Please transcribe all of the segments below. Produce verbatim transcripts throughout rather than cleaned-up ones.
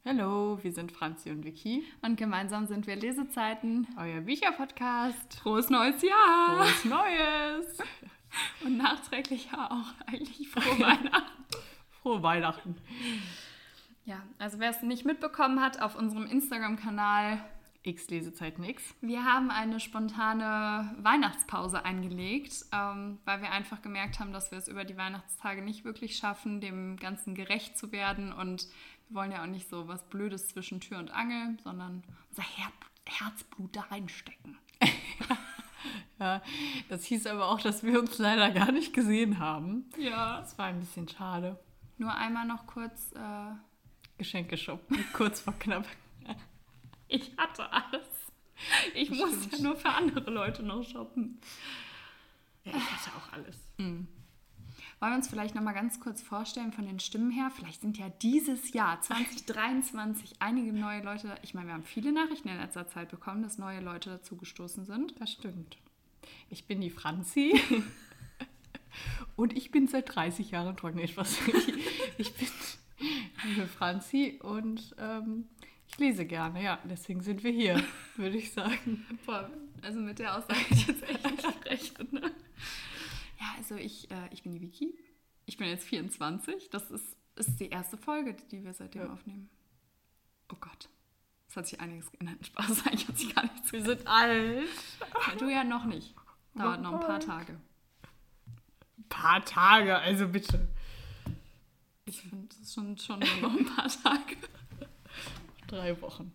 Hallo, wir sind Franzi und Vicky. Und gemeinsam sind wir Lesezeiten. Euer Bücherpodcast. Frohes neues Jahr! Frohes Neues! Und nachträglich ja auch eigentlich frohe Weihnachten. Frohe Weihnachten. Ja, also wer es nicht mitbekommen hat, auf unserem Instagram-Kanal X Lesezeiten X. Wir haben eine spontane Weihnachtspause eingelegt, ähm, weil wir einfach gemerkt haben, dass wir es über die Weihnachtstage nicht wirklich schaffen, dem Ganzen gerecht zu werden. Und wir wollen ja auch nicht so was Blödes zwischen Tür und Angel, sondern unser Her- Herzblut da reinstecken. Ja, das hieß aber auch, dass wir uns leider gar nicht gesehen haben. Ja. Das war ein bisschen schade. Nur einmal noch kurz äh, Geschenke shoppen, kurz vor knapp. Ich hatte alles. Ich musste ja nur für andere Leute noch shoppen. Ja, ich hatte auch alles. Mhm. Wollen wir uns vielleicht noch mal ganz kurz vorstellen von den Stimmen her? Vielleicht sind ja dieses Jahr zwanzig dreiundzwanzig einige neue Leute, ich meine, wir haben viele Nachrichten in letzter Zeit bekommen, dass neue Leute dazugestoßen sind. Das stimmt. Ich bin die Franzi und ich bin seit dreißig Jahren trocken. Ich, ich bin die Franzi und ähm, ich lese gerne, ja, deswegen sind wir hier, würde ich sagen. Boah, also mit der Aussage hätte ich jetzt echt nicht gerechnet, ne? Ja, also ich, äh, ich bin die Vicky. Ich bin jetzt vierundzwanzig. Das ist, ist die erste Folge, die wir seitdem ja. aufnehmen. Oh Gott. Es hat sich einiges geändert. Spaß, eigentlich hat sich gar nichts. Wir sind alt. Ja, du ja noch nicht. Dauert noch ein paar Tage. Ein paar Tage, also bitte. Ich finde, das ist schon, schon nur noch ein paar Tage. Drei Wochen.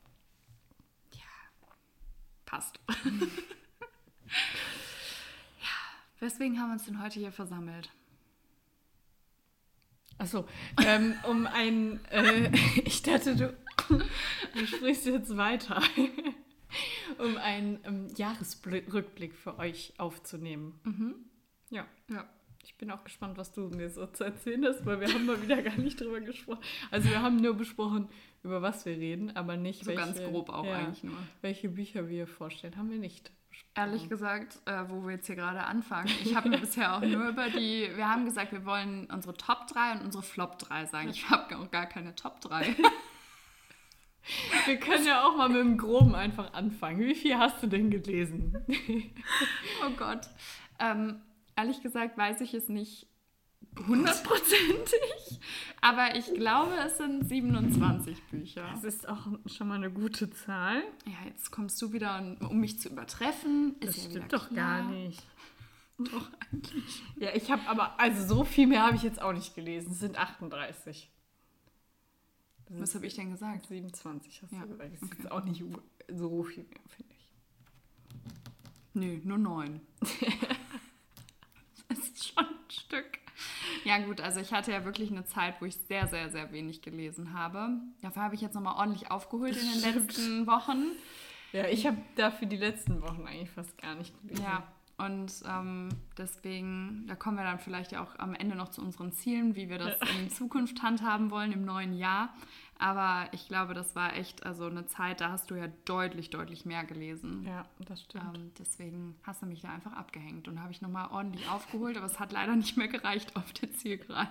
Ja, passt. Weswegen haben wir uns denn heute hier versammelt? Achso, ähm, um ein, äh, ich dachte, du, du sprichst jetzt weiter, um einen ähm, Jahresrückblick für euch aufzunehmen. Mhm. Ja, ja. Ich bin auch gespannt, was du mir so zu erzählen hast, weil wir haben mal wieder gar nicht drüber gesprochen. Also wir haben nur besprochen, über was wir reden, aber nicht so welche, ganz grob auch ja, eigentlich nur. Welche Bücher wir vorstellen, haben wir nicht. Ehrlich gesagt, äh, wo wir jetzt hier gerade anfangen, ich habe mir bisher auch nur über die, wir haben gesagt, wir wollen unsere Top drei und unsere Flop drei sagen. Ich habe auch gar keine Top drei. Wir können ja auch mal mit dem Groben einfach anfangen. Wie viel hast du denn gelesen? Oh Gott. Ähm, ehrlich gesagt weiß ich es nicht hundertprozentig, aber ich glaube, es sind siebenundzwanzig Bücher. Das ist auch schon mal eine gute Zahl. Ja, jetzt kommst du wieder, um mich zu übertreffen. Ist das ja stimmt wieder doch klar. gar nicht. Doch, eigentlich. Ja, ich habe aber, also so viel mehr habe ich jetzt auch nicht gelesen. Es sind achtunddreißig. Das Was habe ich denn gesagt? siebenundzwanzig hast ja. du gesagt. Das ist okay. jetzt auch nicht so viel mehr, finde ich. Nö, nur neun. Das ist schon ein Stück. Ja gut, also ich hatte ja wirklich eine Zeit, wo ich sehr, sehr, sehr wenig gelesen habe. Dafür habe ich jetzt nochmal ordentlich aufgeholt das in den stimmt. letzten Wochen. Ja, ich habe dafür die letzten Wochen eigentlich fast gar nicht gelesen. Ja, und ähm, deswegen, da kommen wir dann vielleicht ja auch am Ende noch zu unseren Zielen, wie wir das in Zukunft handhaben wollen im neuen Jahr. Aber ich glaube, das war echt also eine Zeit, da hast du ja deutlich, deutlich mehr gelesen. Ja, das stimmt. Ähm, deswegen hast du mich da einfach abgehängt und habe ich nochmal ordentlich aufgeholt, aber es hat leider nicht mehr gereicht auf der Zielgerade.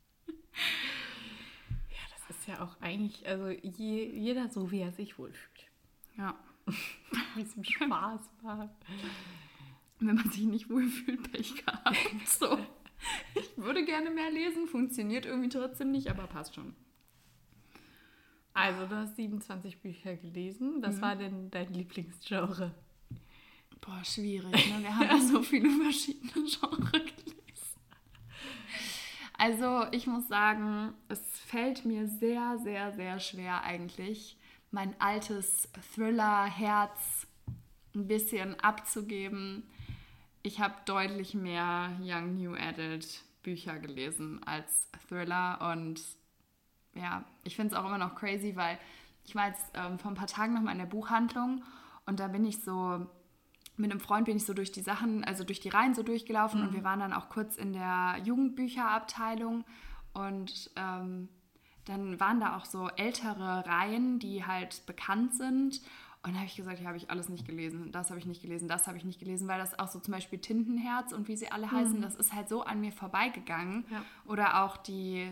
Ja, das ist ja auch eigentlich, also je, jeder so, wie er sich wohlfühlt. Ja. Wie es ihm Spaß macht. Wenn man sich nicht wohlfühlt, Pech gehabt. So. Ich würde gerne mehr lesen, funktioniert irgendwie trotzdem nicht, aber passt schon. Also, du hast siebenundzwanzig Bücher gelesen. Was mhm. war denn dein Lieblingsgenre? Boah, schwierig, ne? Wir haben ja so viele verschiedene Genres gelesen. Also, ich muss sagen, es fällt mir sehr, sehr, sehr schwer eigentlich, mein altes Thriller-Herz ein bisschen abzugeben. Ich habe deutlich mehr Young New Adult Bücher gelesen als Thriller und ja, ich finde es auch immer noch crazy, weil ich war jetzt ähm, vor ein paar Tagen noch mal in der Buchhandlung und da bin ich so, mit einem Freund bin ich so durch die Sachen, also durch die Reihen so durchgelaufen mhm. und wir waren dann auch kurz in der Jugendbücherabteilung und ähm, dann waren da auch so ältere Reihen, die halt bekannt sind. Und da habe ich gesagt, ja, habe ich alles nicht gelesen. Das habe ich nicht gelesen, das habe ich nicht gelesen, weil das auch so zum Beispiel Tintenherz und wie sie alle heißen, mhm. das ist halt so an mir vorbeigegangen. Ja. Oder auch die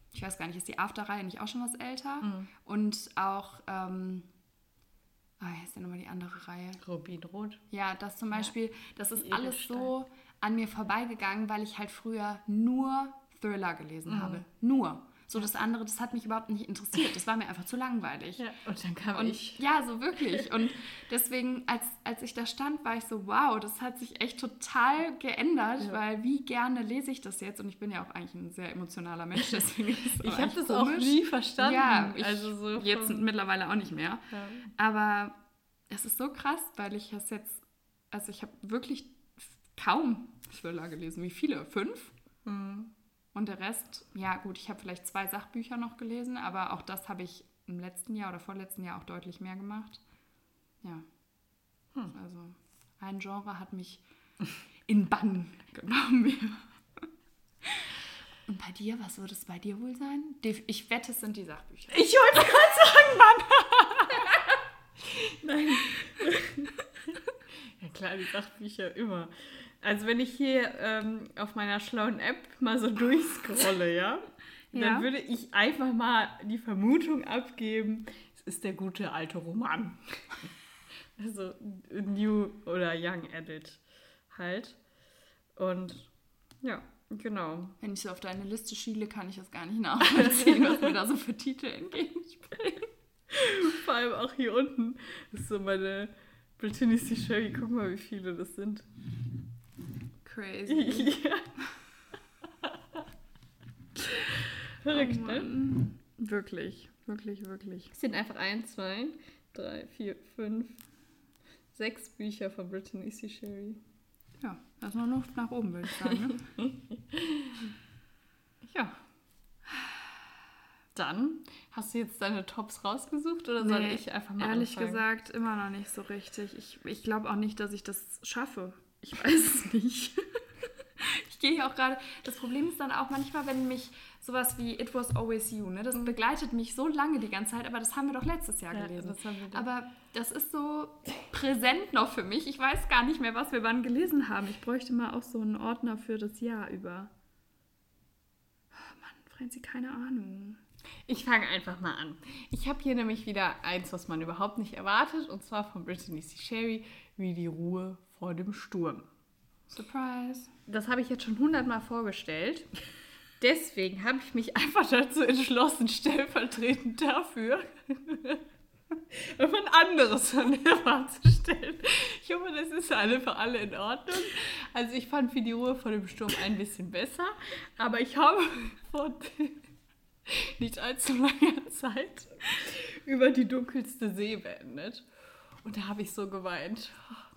ich weiß gar nicht, ist die After-Reihe nicht auch schon was älter? Mhm. Und auch, ähm, oh, wie heißt denn nochmal die andere Reihe? Rubinrot. Ja, das zum Beispiel, das ist Die alles Edelstein. so an mir vorbeigegangen, weil ich halt früher nur Thriller gelesen Mhm. habe. Nur. So das andere, das hat mich überhaupt nicht interessiert. Das war mir einfach zu langweilig. Ja, und dann kam Und ich. ja, so wirklich. Und deswegen, als, als ich da stand, war ich so, wow, das hat sich echt total geändert, Ja. weil wie gerne lese ich das jetzt? Und ich bin ja auch eigentlich ein sehr emotionaler Mensch, deswegen ist es Ich auch habe echt das auch komisch. nie verstanden. Ja, ich also so jetzt vom- mittlerweile auch nicht mehr. Ja. Aber es ist so krass, weil ich es jetzt, also ich habe wirklich kaum Thriller gelesen. Wie viele? Fünf? Mhm. Und der Rest, ja gut, ich habe vielleicht zwei Sachbücher noch gelesen, aber auch das habe ich im letzten Jahr oder vorletzten Jahr auch deutlich mehr gemacht. Ja. Hm. Also ein Genre hat mich in Bann genommen. Und bei dir, was würde es bei dir wohl sein? Die- Ich wette, es sind die Sachbücher. Ich wollte gerade sagen, Mann. Nein. Ja klar, die Sachbücher immer. Also wenn ich hier ähm, auf meiner schlauen App mal so durchscrolle, ja, Ja. dann würde ich einfach mal die Vermutung abgeben, es ist der gute alte Roman. Also New oder Young Adult halt. Und ja, genau. Wenn ich so auf deine Liste schiele, kann ich das gar nicht nachvollziehen, was mir da so für Titel entgegenspringen. Vor allem auch hier unten ist so meine Brittany C. Sherry. Guck mal, wie viele das sind. Crazy. Ja. Verrückt, Oh ne? Mann. Wirklich, wirklich, wirklich. Es sind einfach ein, zwei, drei, vier, fünf, sechs Bücher von Brittany C. Sherry. Ja, das ist noch Luft nach oben, würde ich sagen. Ne? Ja. Dann, hast du jetzt deine Tops rausgesucht oder soll Nee, ich einfach mal Ehrlich anfangen? gesagt, immer noch nicht so richtig. Ich, ich glaube auch nicht, dass ich das schaffe. Ich weiß es nicht. Ich gehe auch gerade. Das Problem ist dann auch manchmal, wenn mich sowas wie It Was Always You, ne, das Mhm. begleitet mich so lange die ganze Zeit, aber das haben wir doch letztes Jahr Ja, gelesen. das haben wir doch. Aber das ist so präsent noch für mich. Ich weiß gar nicht mehr, was wir wann gelesen haben. Ich bräuchte mal auch so einen Ordner für das Jahr über. Oh Mann, Franzi, keine Ahnung. Ich fange einfach mal an. Ich habe hier nämlich wieder eins, was man überhaupt nicht erwartet, und zwar von Brittany C. Sherry, Wie die Ruhe vor dem Sturm. Surprise. Das habe ich jetzt schon hundertmal vorgestellt. Deswegen habe ich mich einfach dazu entschlossen, stellvertretend dafür ein anderes von mir vorzustellen. Ich hoffe, das ist alle für alle in Ordnung. Also ich fand Wie die Ruhe vor dem Sturm ein bisschen besser, aber ich habe vor nicht allzu langer Zeit über Die dunkelste See beendet. Und da habe ich so geweint.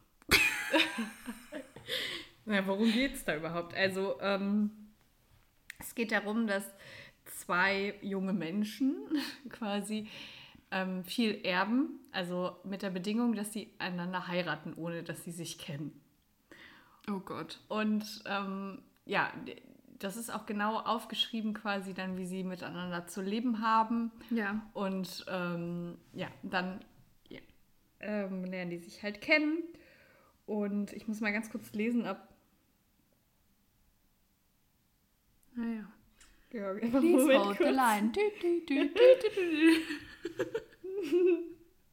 Na, worum geht es da überhaupt? Also, ähm, es geht darum, dass zwei junge Menschen quasi ähm, viel erben, also mit der Bedingung, dass sie einander heiraten, ohne dass sie sich kennen. Oh Gott. Und ähm, ja, das ist auch genau aufgeschrieben quasi dann, wie sie miteinander zu leben haben. Ja. Und ähm, ja, dann ja, ähm, lernen die sich halt kennen. Und ich muss mal ganz kurz lesen, ob... Naja. Ja, Please hold the line. Du, du, du, du, du, du.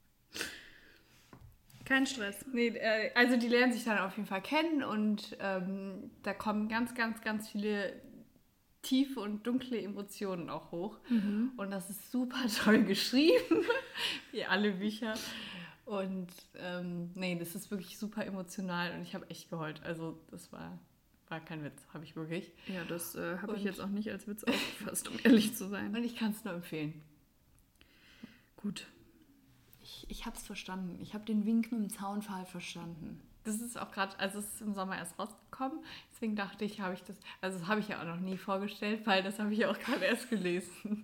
Kein Stress. Nee, äh, also die lernen sich dann auf jeden Fall kennen und ähm, da kommen ganz, ganz, ganz viele tiefe und dunkle Emotionen auch hoch. Mhm. Und das ist super toll geschrieben, wie alle Bücher. Und ähm, nee, das ist wirklich super emotional und ich habe echt geheult. Also das war, war kein Witz, habe ich wirklich. Ja, das äh, habe ich Und- jetzt auch nicht als Witz aufgefasst, um ehrlich zu sein. Und ich kann es nur empfehlen. Gut. Ich, ich habe es verstanden. Ich habe den Wink mit dem Zaunpfahl verstanden. Das ist auch gerade, also es ist im Sommer erst rausgekommen, deswegen dachte ich, habe ich das, also das habe ich ja auch noch nie vorgestellt, weil das habe ich ja auch gerade erst gelesen.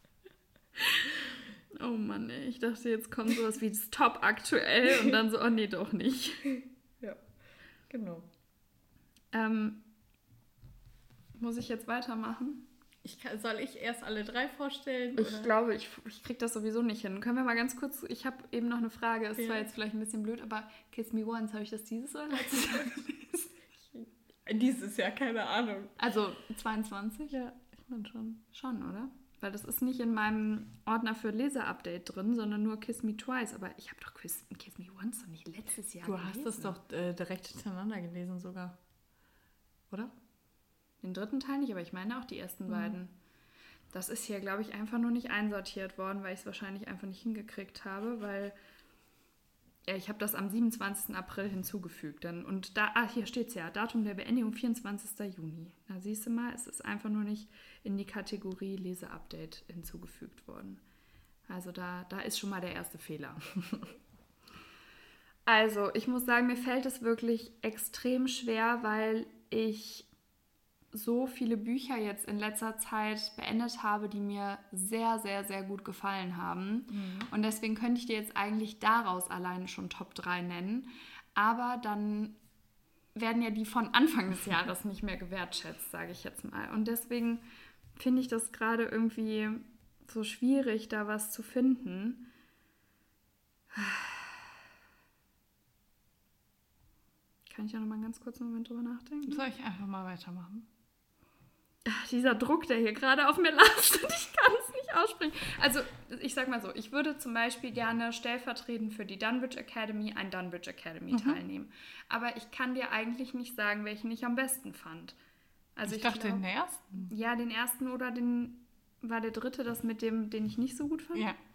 Oh Mann, ey. Ich dachte, jetzt kommt sowas wie das Top aktuell und dann so, oh nee, doch nicht. Ja, genau. Ähm, muss ich jetzt weitermachen? Ich kann, soll ich erst alle drei vorstellen? Ich oder? glaube, ich, ich kriege das sowieso nicht hin. Können wir mal ganz kurz, ich habe eben noch eine Frage, ist Ja. zwar jetzt vielleicht ein bisschen blöd, aber Kiss Me Once, habe ich das dieses oder letztes Jahr gelesen? Dieses Jahr, keine Ahnung. Also zweiundzwanzig? Ja, ich meine schon. Schon, oder? weil das ist nicht in meinem Ordner für Leser-Update drin, sondern nur Kiss Me Twice. Aber ich habe doch Kiss, Kiss Me Once noch nicht letztes Jahr Du gelesen. hast das doch äh, direkt hintereinander gelesen sogar, oder? Den dritten Teil nicht, aber ich meine auch die ersten Mhm. beiden. Das ist hier, glaube ich, einfach nur nicht einsortiert worden, weil ich es wahrscheinlich einfach nicht hingekriegt habe, weil ja, ich habe das am siebenundzwanzigsten April hinzugefügt. Dann, und da, ah, hier steht es ja, Datum der Beendigung vierundzwanzigsten Juni. Da siehst du mal, es ist einfach nur nicht in die Kategorie Leseupdate hinzugefügt worden. Also da, da ist schon mal der erste Fehler. Also ich muss sagen, mir fällt es wirklich extrem schwer, weil ich so viele Bücher jetzt in letzter Zeit beendet habe, die mir sehr, sehr, sehr gut gefallen haben. Mhm. Und deswegen könnte ich dir jetzt eigentlich daraus alleine schon Top drei nennen. Aber dann werden ja die von Anfang des Jahres nicht mehr gewertschätzt, sage ich jetzt mal. Und deswegen finde ich das gerade irgendwie so schwierig, da was zu finden. Kann ich ja noch mal einen ganz kurzen Moment drüber nachdenken? Soll ich einfach mal weitermachen? Ach, dieser Druck, der hier gerade auf mir lastet, ich kann es nicht aussprechen. Also ich sag mal so, ich würde zum Beispiel gerne stellvertretend für die Dunwich Academy ein Dunwich Academy mhm. teilnehmen. Aber ich kann dir eigentlich nicht sagen, welchen ich am besten fand. Also ich, ich dachte glaub, den ersten. Ja, den ersten oder den, war der dritte das mit dem, den ich nicht so gut fand? Ja.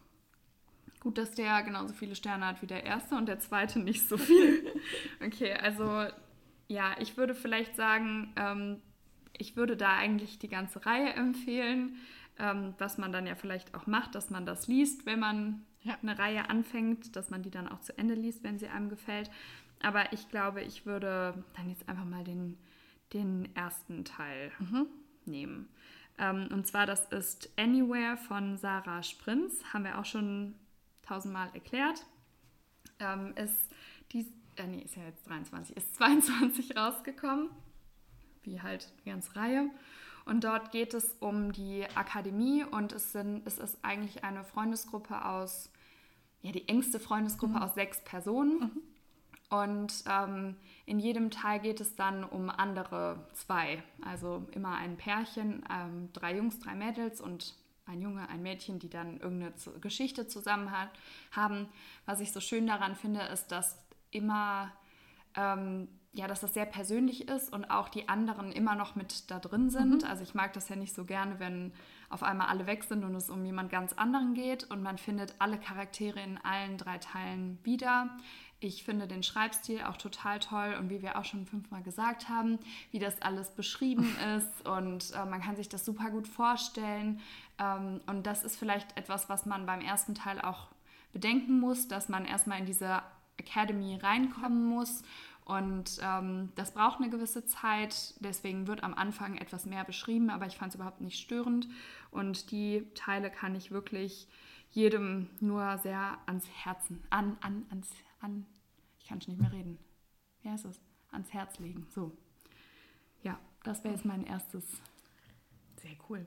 Gut, dass der genauso viele Sterne hat wie der erste und der zweite nicht so viel. Okay, also ja, ich würde vielleicht sagen, ähm, ich würde da eigentlich die ganze Reihe empfehlen, ähm, was man dann ja vielleicht auch macht, dass man das liest, wenn man ja. eine Reihe anfängt, dass man die dann auch zu Ende liest, wenn sie einem gefällt. Aber ich glaube, ich würde dann jetzt einfach mal den, den ersten Teil mhm. nehmen. Ähm, und zwar, das ist Anywhere von Sarah Sprinz, haben wir auch schon tausendmal erklärt. Ähm, ist, die, äh, nee, ist ja jetzt dreiundzwanzig, ist zweiundzwanzig rausgekommen. Wie halt die ganze Reihe. Und dort geht es um die Akademie und es, sind, es ist eigentlich eine Freundesgruppe aus, ja, die engste Freundesgruppe mhm. aus sechs Personen. Mhm. Und ähm, in jedem Teil geht es dann um andere zwei. Also immer ein Pärchen, ähm, drei Jungs, drei Mädels und ein Junge, ein Mädchen, die dann irgendeine Geschichte zusammen hat, haben. Was ich so schön daran finde, ist, dass immer... Ähm, ja, dass das sehr persönlich ist und auch die anderen immer noch mit da drin sind. Mhm. Also ich mag das ja nicht so gerne, wenn auf einmal alle weg sind und es um jemand ganz anderen geht und man findet alle Charaktere in allen drei Teilen wieder. Ich finde den Schreibstil auch total toll und wie wir auch schon fünfmal gesagt haben, wie das alles beschrieben ist und äh, man kann sich das super gut vorstellen. Ähm, und das ist vielleicht etwas, was man beim ersten Teil auch bedenken muss, dass man erstmal in diese Academy reinkommen muss. Und ähm, das braucht eine gewisse Zeit, deswegen wird am Anfang etwas mehr beschrieben, aber ich fand es überhaupt nicht störend. Und die Teile kann ich wirklich jedem nur sehr ans Herzen, an, an, ans, an, ich kann schon nicht mehr reden. Wie heißt das? Ans Herz legen. So. Ja, das wäre jetzt mein erstes. Sehr cool.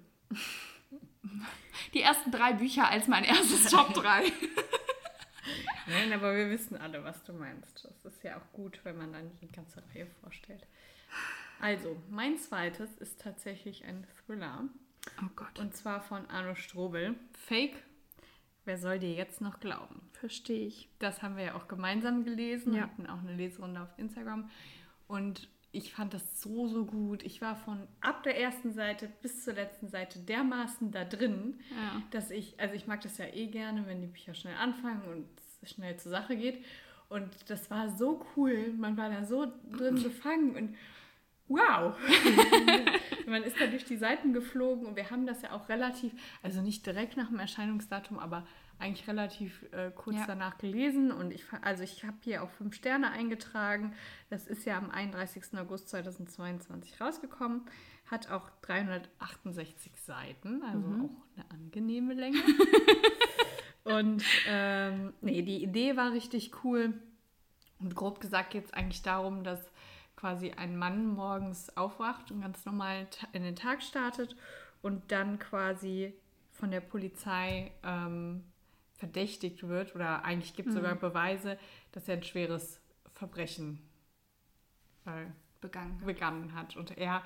Die ersten drei Bücher als mein erstes Top drei. Nein, aber wir wissen alle, was du meinst. Das ist ja auch gut, wenn man dann die ganze Reihe vorstellt. Also, mein zweites ist tatsächlich ein Thriller. Oh Gott. Und zwar von Arno Strobel. Fake. Wer soll dir jetzt noch glauben? Verstehe ich. Das haben wir ja auch gemeinsam gelesen. Ja. Wir hatten auch eine Leserunde auf Instagram. Und ich fand das so, so gut. Ich war von ab der ersten Seite bis zur letzten Seite dermaßen da drin, ja. dass ich, also ich mag das ja eh gerne, wenn die Bücher schnell anfangen und es schnell zur Sache geht. Und das war so cool. Man war da so drin gefangen und wow. Man ist da durch die Seiten geflogen und wir haben das ja auch relativ, also nicht direkt nach dem Erscheinungsdatum, aber eigentlich relativ äh, kurz ja. danach gelesen. Und ich, also ich habe hier auch fünf Sterne eingetragen. Das ist ja am einunddreißigsten August zweitausendzweiundzwanzig rausgekommen. Hat auch dreihundertachtundsechzig Seiten, also mhm. auch eine angenehme Länge. Und ähm, nee, die Idee war richtig cool. Und grob gesagt geht es eigentlich darum, dass quasi ein Mann morgens aufwacht und ganz normal in den Tag startet und dann quasi von der Polizei ähm, verdächtigt wird oder eigentlich gibt es mhm. sogar Beweise, dass er ein schweres Verbrechen äh, begangen hat. begangen hat. Und er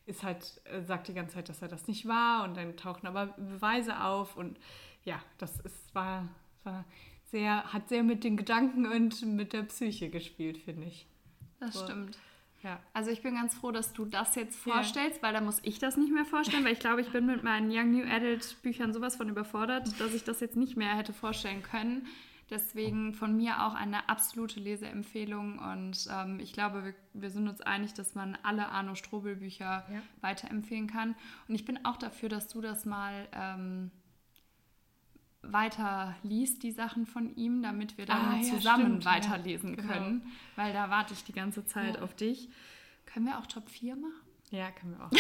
ist halt, äh, sagt die ganze Zeit, dass er das nicht war und dann tauchen aber Beweise auf und ja, das ist, war, war sehr, hat sehr mit den Gedanken und mit der Psyche gespielt, finde ich. Das so. Stimmt. Ja. Also ich bin ganz froh, dass du das jetzt vorstellst, ja. weil da muss ich das nicht mehr vorstellen, weil ich glaube, ich bin mit meinen Young New Adult Büchern sowas von überfordert, dass ich das jetzt nicht mehr hätte vorstellen können. Deswegen von mir auch eine absolute Leseempfehlung und ähm, ich glaube, wir, wir sind uns einig, dass man alle Arno Strobel Bücher ja. weiterempfehlen kann. Und ich bin auch dafür, dass du das mal ähm, weiter liest, die Sachen von ihm, damit wir dann ah, ja, zusammen stimmt, weiterlesen ja. können, genau. weil da warte ich die ganze Zeit ja. auf dich. Können wir auch Top vier machen? Ja, können wir auch.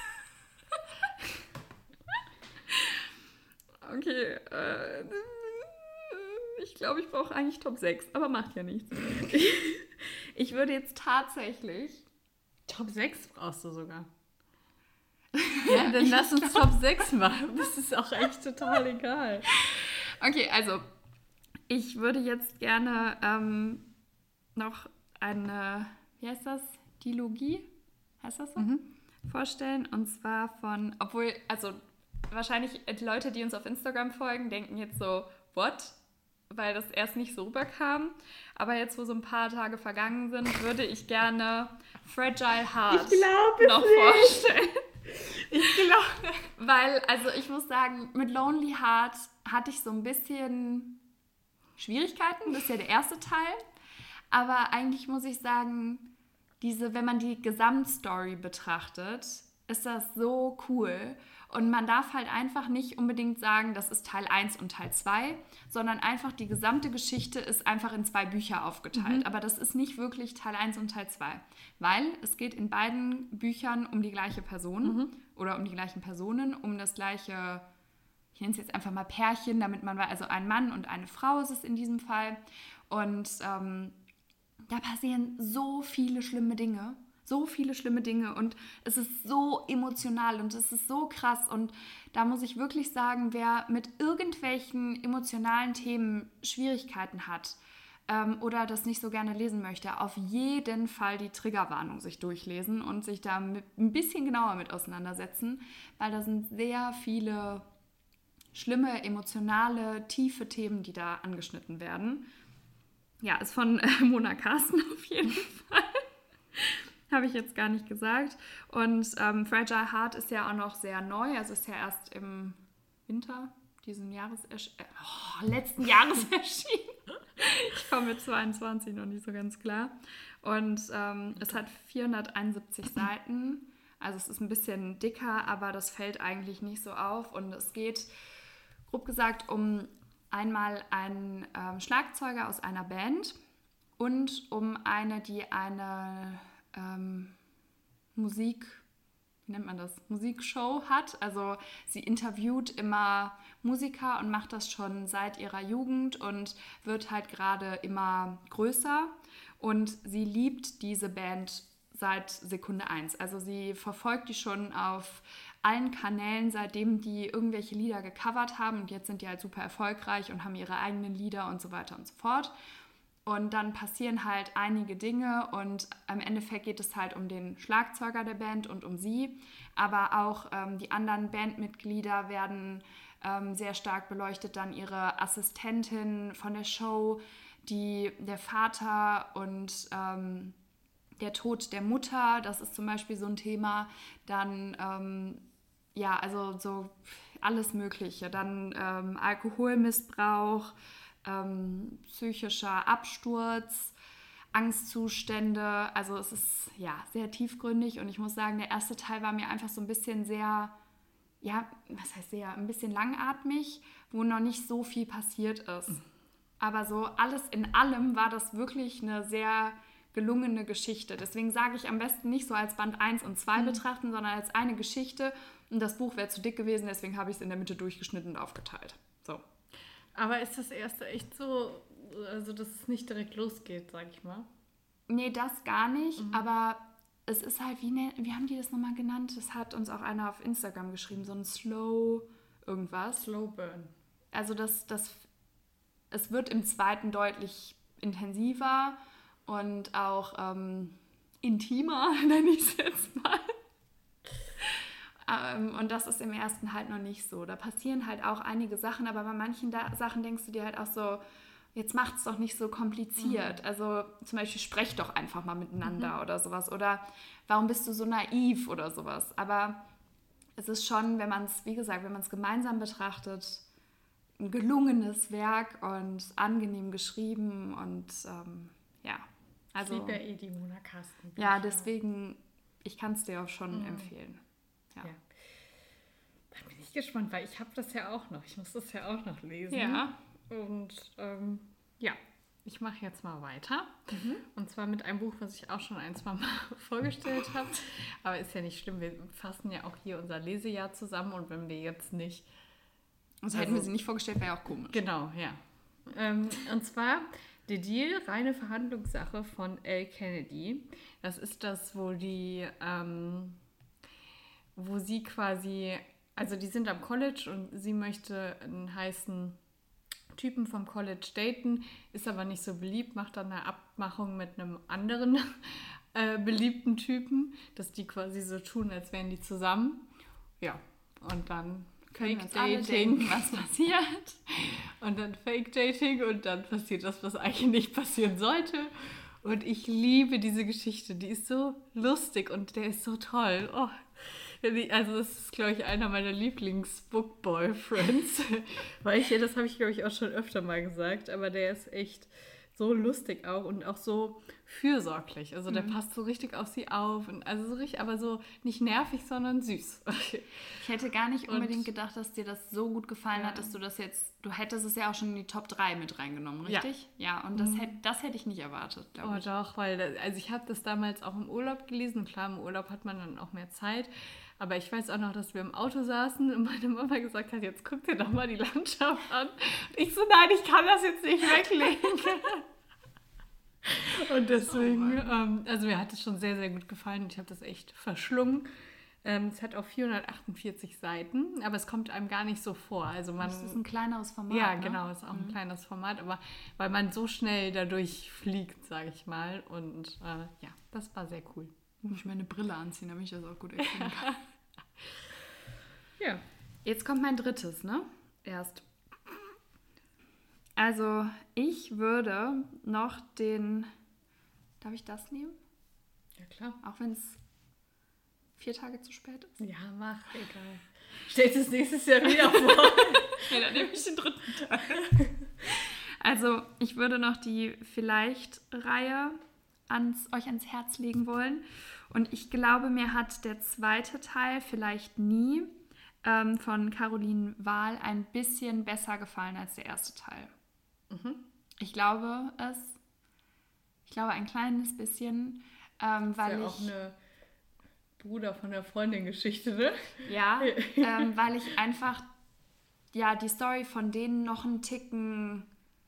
Okay, äh, ich glaube, ich brauche eigentlich Top sechs, aber macht ja nichts. Ich würde jetzt tatsächlich... Top sechs brauchst du sogar. Ja, dann lass uns Top sechs machen. Das ist auch echt total egal. Okay, also ich würde jetzt gerne ähm, noch eine, wie heißt das? Dilogie? Heißt das so? Mhm. Vorstellen. Und zwar von, obwohl, also wahrscheinlich die Leute, die uns auf Instagram folgen, denken jetzt so, what? Weil das erst nicht so rüberkam. Aber jetzt, wo so ein paar Tage vergangen sind, würde ich gerne Fragile Heart noch nicht. vorstellen. Ich glaube. Weil, also ich muss sagen, mit Lonely Heart hatte ich so ein bisschen Schwierigkeiten. Das ist ja der erste Teil. Aber eigentlich muss ich sagen, diese, wenn man die Gesamtstory betrachtet, ist das so cool. Und man darf halt einfach nicht unbedingt sagen, das ist Teil eins und Teil zwei, sondern einfach die gesamte Geschichte ist einfach in zwei Bücher aufgeteilt. Mhm. Aber das ist nicht wirklich Teil eins und Teil zwei, weil es geht in beiden Büchern um die gleiche Person mhm. oder um die gleichen Personen, um das gleiche, ich nenne es jetzt einfach mal Pärchen, damit man weiß, also ein Mann und eine Frau ist es in diesem Fall. Und ähm, da passieren so viele schlimme Dinge. So viele schlimme Dinge und es ist so emotional und es ist so krass und da muss ich wirklich sagen, wer mit irgendwelchen emotionalen Themen Schwierigkeiten hat ähm, oder das nicht so gerne lesen möchte, auf jeden Fall die Triggerwarnung sich durchlesen und sich da mit, ein bisschen genauer mit auseinandersetzen, weil da sind sehr viele schlimme, emotionale, tiefe Themen, die da angeschnitten werden. Ja, ist von äh, Mona Carsten auf jeden Fall. Habe ich jetzt gar nicht gesagt. Und ähm, Fragile Heart ist ja auch noch sehr neu. Also ist ja erst im Winter diesen Jahres ersch- äh, oh, letzten Jahres erschienen. Ich komme mit zweiundzwanzig noch nicht so ganz klar. Und ähm, es hat vierhunderteinundsiebzig Seiten. Also es ist ein bisschen dicker, aber das fällt eigentlich nicht so auf. Und es geht, grob gesagt, um einmal einen ähm, Schlagzeuger aus einer Band und um eine, die eine ähm, Musik, wie nennt man das, Musikshow hat. Also sie interviewt immer Musiker und macht das schon seit ihrer Jugend und wird halt gerade immer größer. Und sie liebt diese Band seit Sekunde eins. Also sie verfolgt die schon auf allen Kanälen, seitdem die irgendwelche Lieder gecovert haben. Und jetzt sind die halt super erfolgreich und haben ihre eigenen Lieder und so weiter und so fort. Und dann passieren halt einige Dinge und im Endeffekt geht es halt um den Schlagzeuger der Band und um sie. Aber auch ähm, die anderen Bandmitglieder werden ähm, sehr stark beleuchtet. Dann ihre Assistentin von der Show, die, der Vater und ähm, der Tod der Mutter. Das ist zum Beispiel so ein Thema. Dann, ähm, ja, also so alles Mögliche. Dann ähm, Alkoholmissbrauch, Ähm, psychischer Absturz, Angstzustände, also es ist ja sehr tiefgründig und ich muss sagen, der erste Teil war mir einfach so ein bisschen sehr, ja, was heißt sehr, ein bisschen langatmig, wo noch nicht so viel passiert ist. Aber so alles in allem war das wirklich eine sehr gelungene Geschichte. Deswegen sage ich am besten nicht so als Band eins und zwei mhm. betrachten, sondern als eine Geschichte und das Buch wäre zu dick gewesen, deswegen habe ich es in der Mitte durchgeschnitten und aufgeteilt. So. Aber ist das erste echt so, also dass es nicht direkt losgeht, sag ich mal? Nee, das gar nicht, mhm. aber es ist halt, wie, ne, wie haben die das nochmal genannt? Das hat uns auch einer auf Instagram geschrieben, so ein Slow irgendwas. Slow Burn. Also das, das, es wird im zweiten deutlich intensiver und auch ähm, intimer, nenne ich es jetzt mal. Ähm, und das ist im ersten halt noch nicht so. Da passieren halt auch einige Sachen, aber bei manchen da- Sachen denkst du dir halt auch so, jetzt macht's doch nicht so kompliziert. Mhm. Also zum Beispiel sprecht doch einfach mal miteinander mhm. oder sowas. Oder warum bist du so naiv oder sowas. Aber es ist schon, wenn man es, wie gesagt, wenn man es gemeinsam betrachtet, ein gelungenes Werk und angenehm geschrieben und ähm, ja. Also, ich liebe ja eh die Mona Carsten. Ja, deswegen, ich kann es dir auch schon mhm. empfehlen. Ja. ja. Da bin ich gespannt, weil ich habe das ja auch noch. Ich muss das ja auch noch lesen. Ja. Und ähm, ja, ich mache jetzt mal weiter. Mhm. Und zwar mit einem Buch, was ich auch schon ein, zwei Mal vorgestellt habe. Aber ist ja nicht schlimm, wir fassen ja auch hier unser Lesejahr zusammen. Und wenn wir jetzt nicht... Also hätten wir sie nicht vorgestellt, wäre ja auch komisch. Genau, ja. Ähm, und zwar The Deal, reine Verhandlungssache von Elle Kennedy. Das ist das, wo die, ähm, wo sie quasi, also die sind am College und sie möchte einen heißen Typen vom College daten, ist aber nicht so beliebt, macht dann eine Abmachung mit einem anderen äh, beliebten Typen, dass die quasi so tun, als wären die zusammen. Ja, und dann Fake Dating, was passiert. Und dann Fake Dating und dann passiert das, was eigentlich nicht passieren sollte. Und ich liebe diese Geschichte. Die ist so lustig und der ist so toll. Oh. Also das ist, glaube ich, einer meiner Lieblings-Book-Boyfriends. Weil ich, das habe ich, glaube ich, auch schon öfter mal gesagt. Aber der ist echt so lustig auch und auch so fürsorglich. Also der mhm. passt so richtig auf sie auf. Und also so richtig, aber so nicht nervig, sondern süß. Ich hätte gar nicht unbedingt und, gedacht, dass dir das so gut gefallen ja. hat, dass du das jetzt, du hättest es ja auch schon in die Top drei mit reingenommen, richtig? Ja, ja und das, mhm. hätte, das hätte ich nicht erwartet, glaube oh, ich. Oh doch, weil, das, also ich habe das damals auch im Urlaub gelesen. Klar, im Urlaub hat man dann auch mehr Zeit. Aber ich weiß auch noch, dass wir im Auto saßen und meine Mama gesagt hat, jetzt guck dir doch mal die Landschaft an. Und ich so, nein, ich kann das jetzt nicht weglegen. Und deswegen, oh ähm, also mir hat es schon sehr, sehr gut gefallen. Ich habe das echt verschlungen. Ähm, es hat auch vierhundertachtundvierzig Seiten, aber es kommt einem gar nicht so vor. Also man, das ist ein kleineres Format, Ja, ne? genau, es ist auch mhm. ein kleines Format, aber weil man so schnell dadurch fliegt, sage ich mal. Und äh, ja, das war sehr cool. Muss ich meine Brille anziehen, damit ich das auch gut erkennen kann. Ja. Jetzt kommt mein drittes, ne? Erst. Also, ich würde noch den... Darf ich das nehmen? Ja, klar. Auch wenn es vier Tage zu spät ist? Ja, mach, egal. Stellt es nächstes Jahr wieder vor. Ja, dann nehme ich den dritten Teil. Also, ich würde noch die Vielleicht-Reihe ans, euch ans Herz legen wollen. Und ich glaube, mir hat der zweite Teil Vielleicht nie ähm, von Caroline Wahl ein bisschen besser gefallen als der erste Teil. Mhm. Ich glaube es. Ich glaube ein kleines bisschen, ähm, das weil ist ja ich... auch eine Bruder von der Freundin-Geschichte, ne? Ja, ähm, weil ich einfach ja, die Story von denen noch einen Ticken...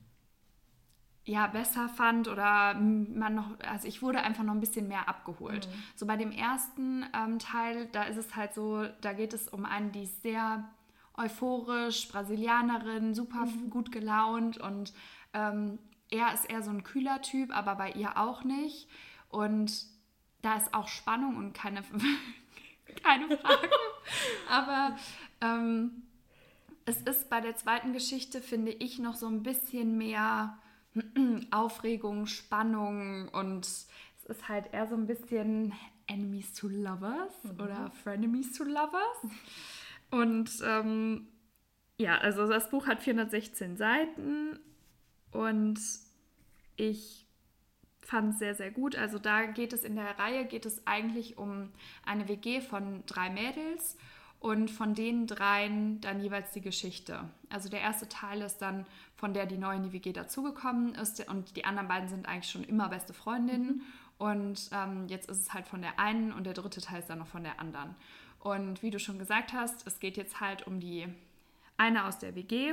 ja, besser fand oder man noch, also ich wurde einfach noch ein bisschen mehr abgeholt. Mhm. So bei dem ersten ähm, Teil, da ist es halt so, da geht es um eine, die ist sehr euphorisch, Brasilianerin, super mhm. gut gelaunt und ähm, er ist eher so ein kühler Typ, aber bei ihr auch nicht. Und da ist auch Spannung und keine, keine Frage. Aber ähm, es ist bei der zweiten Geschichte, finde ich, noch so ein bisschen mehr Aufregung, Spannung und es ist halt eher so ein bisschen Enemies to Lovers mhm. oder Frenemies to Lovers. Und ähm, ja, also das Buch hat vierhundertsechzehn Seiten und ich fand es sehr, sehr gut. Also da geht es in der Reihe, geht es eigentlich um eine W G von drei Mädels und von den dreien dann jeweils die Geschichte. Also der erste Teil ist dann, von der die neu in die W G dazugekommen ist und die anderen beiden sind eigentlich schon immer beste Freundinnen. Mhm. Und ähm, jetzt ist es halt von der einen und der dritte Teil ist dann noch von der anderen. Und wie du schon gesagt hast, es geht jetzt halt um die eine aus der W G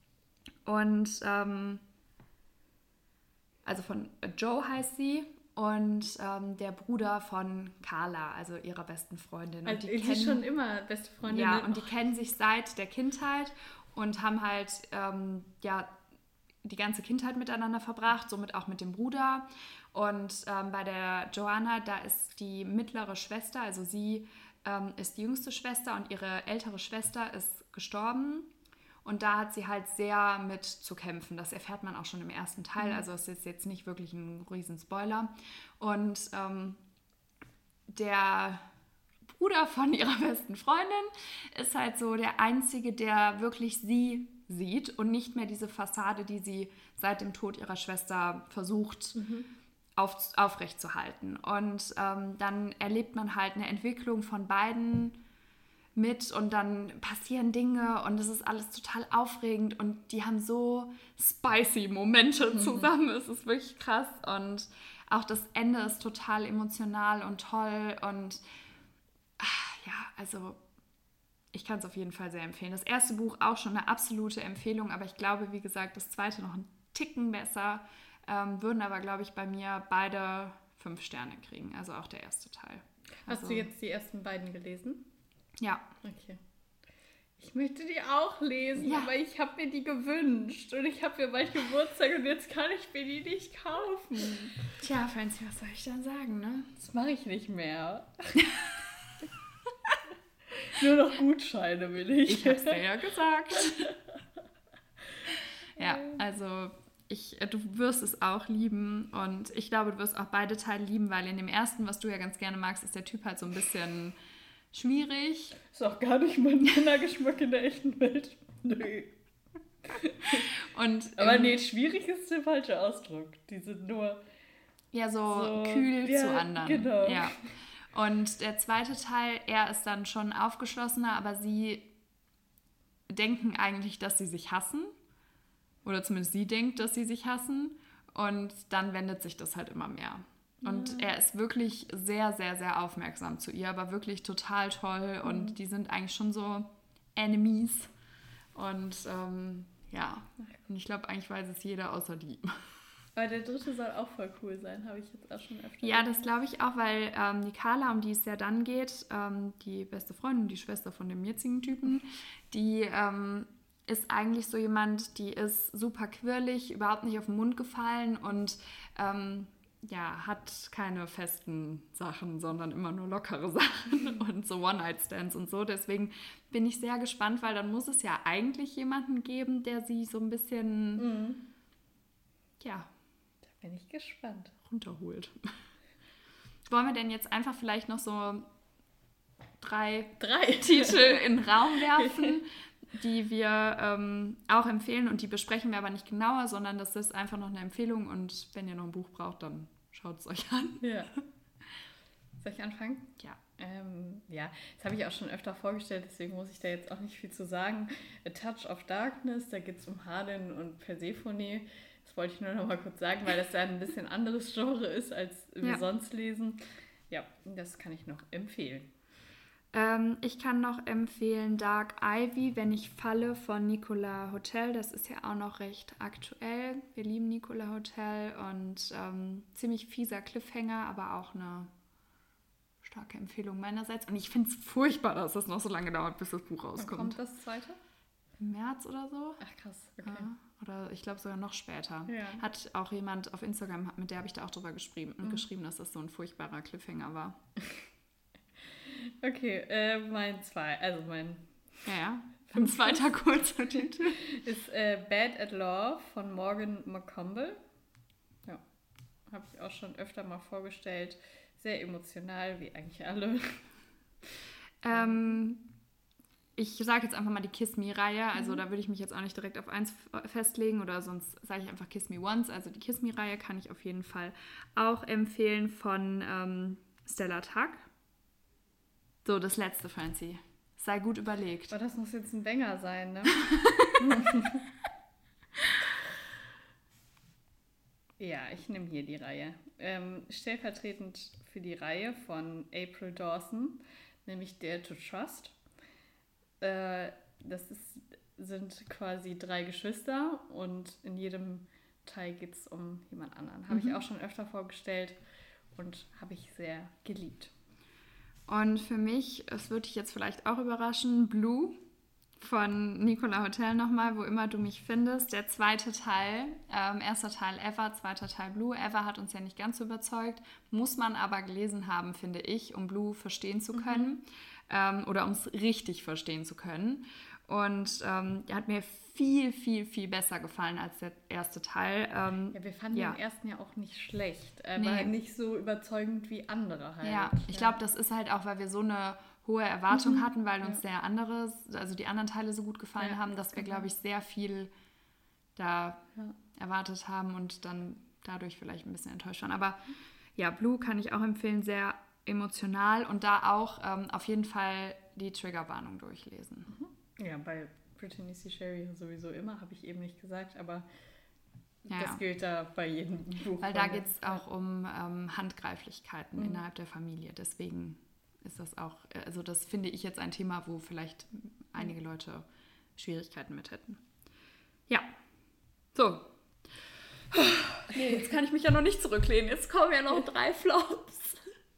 und ähm, also von Joe heißt sie. Und ähm, der Bruder von Carla, also ihrer besten Freundin. Also und die sie kennen, schon immer beste Freundin. Ja, und die kennen sich seit der Kindheit und haben halt ähm, ja, die ganze Kindheit miteinander verbracht, somit auch mit dem Bruder. Und ähm, bei der Joanna, da ist die mittlere Schwester, also sie ähm, ist die jüngste Schwester und ihre ältere Schwester ist gestorben. Und da hat sie halt sehr mit zu kämpfen. Das erfährt man auch schon im ersten Teil. Also es ist jetzt nicht wirklich ein riesen Spoiler. Und ähm, der Bruder von ihrer besten Freundin ist halt so der Einzige, der wirklich sie sieht und nicht mehr diese Fassade, die sie seit dem Tod ihrer Schwester versucht mhm. auf, aufrechtzuerhalten. Und ähm, dann erlebt man halt eine Entwicklung von beiden mit und dann passieren Dinge und es ist alles total aufregend und die haben so spicy Momente zusammen. Es ist wirklich krass und auch das Ende ist total emotional und toll und ach, ja, also ich kann es auf jeden Fall sehr empfehlen. Das erste Buch auch schon eine absolute Empfehlung, aber ich glaube, wie gesagt, das zweite noch einen Ticken besser, ähm, würden aber, glaube ich, bei mir beide fünf Sterne kriegen, also auch der erste Teil. Hast also, du jetzt die ersten beiden gelesen? Ja. Okay. Ich möchte die auch lesen, ja. aber ich habe mir die gewünscht und ich habe mir bald Geburtstag und jetzt kann ich mir die nicht kaufen. Tja, Franzi, was soll ich dann sagen, ne? Das mache ich nicht mehr. Nur noch Gutscheine will ich. Ich hab's dir ja gesagt. Ja, also ich, du wirst es auch lieben und ich glaube, du wirst auch beide Teile lieben, weil in dem ersten, was du ja ganz gerne magst, ist der Typ halt so ein bisschen schwierig. Ist auch gar nicht mein Männergeschmack in der echten Welt. Nö. Und, Aber ähm, nee, schwierig ist der falsche Ausdruck. Die sind nur ja, so, so kühl ja, zu anderen. Genau. Ja. Und der zweite Teil, er ist dann schon aufgeschlossener, aber sie denken eigentlich, dass sie sich hassen. Oder zumindest sie denkt, dass sie sich hassen. Und dann wendet sich das halt immer mehr. Und mhm. er ist wirklich sehr, sehr, sehr aufmerksam zu ihr, aber wirklich total toll. Mhm. Und die sind eigentlich schon so Enemies. Und ähm, ja, und ich glaube, eigentlich weiß es jeder außer die. Aber der dritte soll auch voll cool sein, habe ich jetzt auch schon öfter Ja, das glaube ich auch, weil ähm, die Carla, um die es ja dann geht, ähm, die beste Freundin, die Schwester von dem jetzigen Typen, die ähm, ist eigentlich so jemand, die ist super quirlig, überhaupt nicht auf den Mund gefallen und ähm, ja, hat keine festen Sachen, sondern immer nur lockere Sachen und so One-Night-Stands und so. Deswegen bin ich sehr gespannt, weil dann muss es ja eigentlich jemanden geben, der sie so ein bisschen, mhm. ja, bin ich gespannt. runterholt. Wollen wir denn jetzt einfach vielleicht noch so drei, drei. Titel in den Raum werfen, die wir ähm, auch empfehlen und die besprechen wir aber nicht genauer, sondern das ist einfach noch eine Empfehlung und wenn ihr noch ein Buch braucht, dann schaut es euch an. Ja. Soll ich anfangen? Ja. Ähm, ja, das habe ich auch schon öfter vorgestellt, deswegen muss ich da jetzt auch nicht viel zu sagen. A Touch of Darkness, da geht es um Hardin und Persephone. Das wollte ich nur noch mal kurz sagen, weil das ja ein bisschen anderes Genre ist, als wir ja. sonst lesen. Ja, das kann ich noch empfehlen. Ähm, ich kann noch empfehlen Dark Ivy, Wenn ich falle, von Nicola Hotel. Das ist ja auch noch recht aktuell. Wir lieben Nicola Hotel und ähm, ziemlich fieser Cliffhanger, aber auch eine starke Empfehlung meinerseits. Und ich finde es furchtbar, dass das noch so lange dauert, bis das Buch rauskommt. Wann kommt das zweite? Im März oder so. Ach krass, okay. Ja, oder ich glaube sogar noch später. Ja. Hat auch jemand auf Instagram, mit der habe ich da auch drüber geschrieben, mhm. geschrieben, dass das so ein furchtbarer Cliffhanger war. Okay, äh, mein zwei, also mein... Ja, ja. Ein zweiter kurzer Titel. Ist äh, Bad at Law von Morgan McConville. Ja, habe ich auch schon öfter mal vorgestellt. Sehr emotional, wie eigentlich alle. Ähm... Ich sage jetzt einfach mal die Kiss Me-Reihe, also mhm. da würde ich mich jetzt auch nicht direkt auf eins festlegen oder sonst sage ich einfach Kiss Me Once. Also die Kiss Me-Reihe kann ich auf jeden Fall auch empfehlen von ähm, Stella Tuck. So, das letzte, Franzi. Sei gut überlegt. Aber das muss jetzt ein Banger sein, ne? Ja, ich nehme hier die Reihe. Ähm, stellvertretend für die Reihe von April Dawson, nämlich Dare to Trust. Das ist, sind quasi drei Geschwister und in jedem Teil geht es um jemand anderen. Habe mhm. ich auch schon öfter vorgestellt und habe ich sehr geliebt. Und für mich, das würde ich jetzt vielleicht auch überraschen, Blue von Nicola Hotel nochmal, wo immer du mich findest. Der zweite Teil, ähm, erster Teil Ever, zweiter Teil Blue. Ever hat uns ja nicht ganz so überzeugt, muss man aber gelesen haben, finde ich, um Blue verstehen zu können mhm. ähm, oder um es richtig verstehen zu können. Und ähm, der hat mir viel, viel, viel besser gefallen als der erste Teil. Ähm, ja, wir fanden ja. den ersten ja auch nicht schlecht. Er Nee. war nicht so überzeugend wie andere halt. Ja, ich ja. glaube, das ist halt auch, weil wir so eine hohe Erwartung mhm. hatten, weil uns ja. der andere, also die anderen Teile so gut gefallen ja, haben, dass wir, genau. glaube ich, sehr viel da ja. erwartet haben und dann dadurch vielleicht ein bisschen enttäuscht waren. Aber ja, Blue kann ich auch empfehlen, sehr emotional und da auch ähm, auf jeden Fall die Triggerwarnung durchlesen. Mhm. Ja, bei Brittany C. Sherry sowieso immer, habe ich eben nicht gesagt, aber ja, das gilt da bei jedem Buch. Weil da geht es auch um ähm, Handgreiflichkeiten mhm. innerhalb der Familie. Deswegen ist das auch, also das finde ich jetzt ein Thema, wo vielleicht einige Leute Schwierigkeiten mit hätten. Ja, so. Nee, jetzt kann ich mich ja noch nicht zurücklehnen. Jetzt kommen ja noch drei Flops.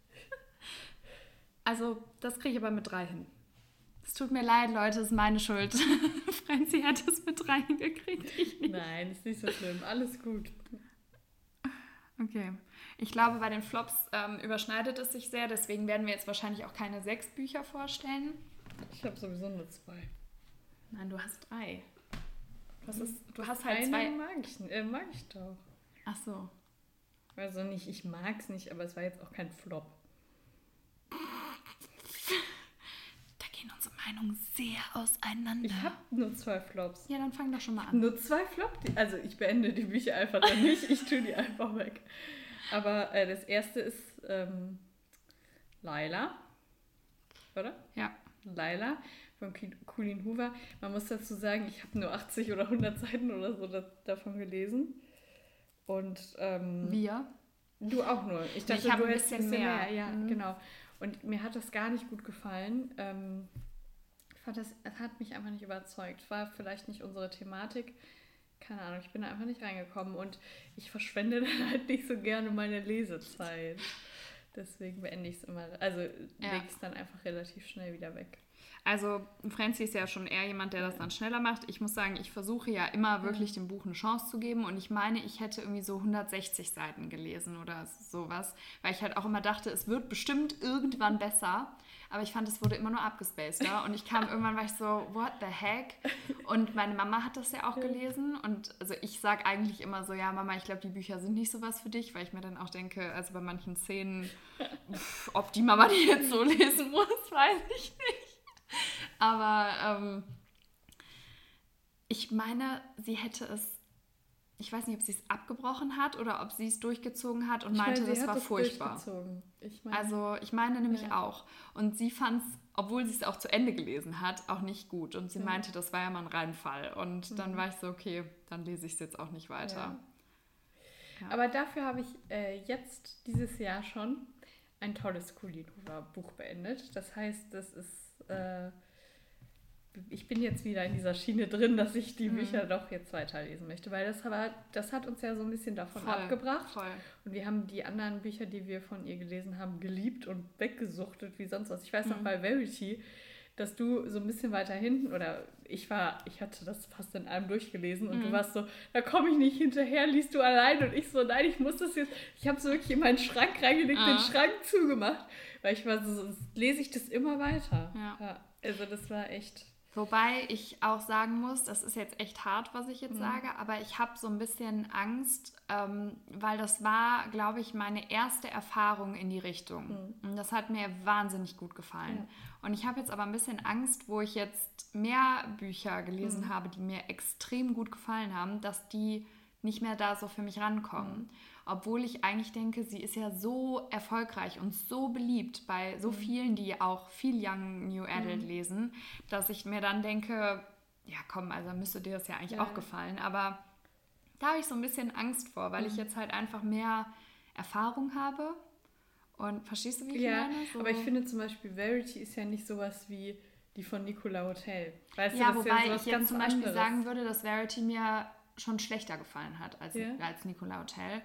Also, das kriege ich aber mit drei hin. Es tut mir leid, Leute, es ist meine Schuld. Franzi hat es mit drei hingekriegt, ich nicht. Nein, ist nicht so schlimm. Alles gut. Okay. Ich glaube, bei den Flops ähm, überschneidet es sich sehr. Deswegen werden wir jetzt wahrscheinlich auch keine sechs Bücher vorstellen. Ich habe sowieso nur zwei. Nein, du hast drei. Was ist, du hast halt Eine zwei. mag ich, äh, mag ich doch. Ach so. Also nicht, ich mag es nicht, aber es war jetzt auch kein Flop. Da gehen unsere Meinungen sehr auseinander. Ich habe nur zwei Flops. Ja, dann fang doch schon mal an. Nur zwei Flops? Also ich beende die Bücher einfach dann nicht. Ich tue die einfach weg. Aber äh, das erste ist ähm, Lila. Oder? Ja. Lila von Colleen Hoover. Man muss dazu sagen, ich habe nur achtzig oder hundert Seiten oder so da, davon gelesen. Und ähm, wir? Du auch nur. Ich dachte, ich du ein hättest bisschen, ein bisschen mehr. mehr. Ja, mhm. genau. Und mir hat das gar nicht gut gefallen. Ähm, ich fand, das, es hat mich einfach nicht überzeugt. Es war vielleicht nicht unsere Thematik. Keine Ahnung, ich bin da einfach nicht reingekommen. Und ich verschwende dann halt nicht so gerne meine Lesezeit. Deswegen beende ich es immer. Also ja. lege ich es dann einfach relativ schnell wieder weg. Also Franzi ist ja schon eher jemand, der das dann schneller macht. Ich muss sagen, ich versuche ja immer wirklich dem Buch eine Chance zu geben. Und ich meine, ich hätte irgendwie so hundertsechzig Seiten gelesen oder sowas. Weil ich halt auch immer dachte, es wird bestimmt irgendwann besser. Aber ich fand, es wurde immer nur abgespaceder. Und ich kam irgendwann, war ich so, what the heck? Und meine Mama hat das ja auch gelesen. Und also ich sage eigentlich immer so, ja Mama, ich glaube, die Bücher sind nicht sowas für dich. Weil ich mir dann auch denke, also bei manchen Szenen, pff, ob die Mama die jetzt so lesen muss, weiß ich nicht. Aber ähm, ich meine, sie hätte es, ich weiß nicht, ob sie es abgebrochen hat oder ob sie es durchgezogen hat und ich meinte, meine, das war es furchtbar. Ich meine, also ich meine nämlich ja. auch. Und sie fand es, obwohl sie es auch zu Ende gelesen hat, auch nicht gut. Und sie ja. meinte, das war ja mal ein Reinfall. Und mhm. dann war ich so, okay, dann lese ich es jetzt auch nicht weiter. Ja. Ja. Aber dafür habe ich äh, jetzt dieses Jahr schon ein tolles Colleen Hoover Buch beendet. Das heißt, das ist äh, ich bin jetzt wieder in dieser Schiene drin, dass ich die mhm. Bücher doch jetzt weiterlesen möchte, weil das, aber, das hat uns ja so ein bisschen davon voll, abgebracht. Voll. Und wir haben die anderen Bücher, die wir von ihr gelesen haben, geliebt und weggesuchtet wie sonst was. Ich weiß noch mhm. bei Verity, dass du so ein bisschen weiter hinten, oder ich war, ich hatte das fast in einem durchgelesen und mhm. du warst so, da komme ich nicht hinterher, liest du allein, und ich so, nein, ich muss das jetzt, ich habe so wirklich in meinen Schrank reingelegt, ah. den Schrank zugemacht, weil ich war so, sonst lese ich das immer weiter. Ja. Ja, also das war echt... Wobei ich auch sagen muss, das ist jetzt echt hart, was ich jetzt mhm. sage, aber ich habe so ein bisschen Angst, ähm, weil das war, glaube ich, meine erste Erfahrung in die Richtung. Mhm. Und das hat mir wahnsinnig gut gefallen. Ja. Und ich habe jetzt aber ein bisschen Angst, wo ich jetzt mehr Bücher gelesen mhm. habe, die mir extrem gut gefallen haben, dass die nicht mehr da so für mich rankommen. Mhm. Obwohl ich eigentlich denke, sie ist ja so erfolgreich und so beliebt bei so vielen, die auch viel Young New Adult mhm. lesen, dass ich mir dann denke, ja komm, also müsste dir das ja eigentlich ja. auch gefallen. Aber da habe ich so ein bisschen Angst vor, weil mhm. ich jetzt halt einfach mehr Erfahrung habe. Und verstehst du, wie ich ja, meine? So. Aber ich finde zum Beispiel, Verity ist ja nicht sowas wie die von Nicola Hotel. Weißt ja, du, das wobei ist ja sowas ich jetzt ganz zum Beispiel anderes. sagen würde, dass Verity mir schon schlechter gefallen hat als, ja. als Nicola Hotel.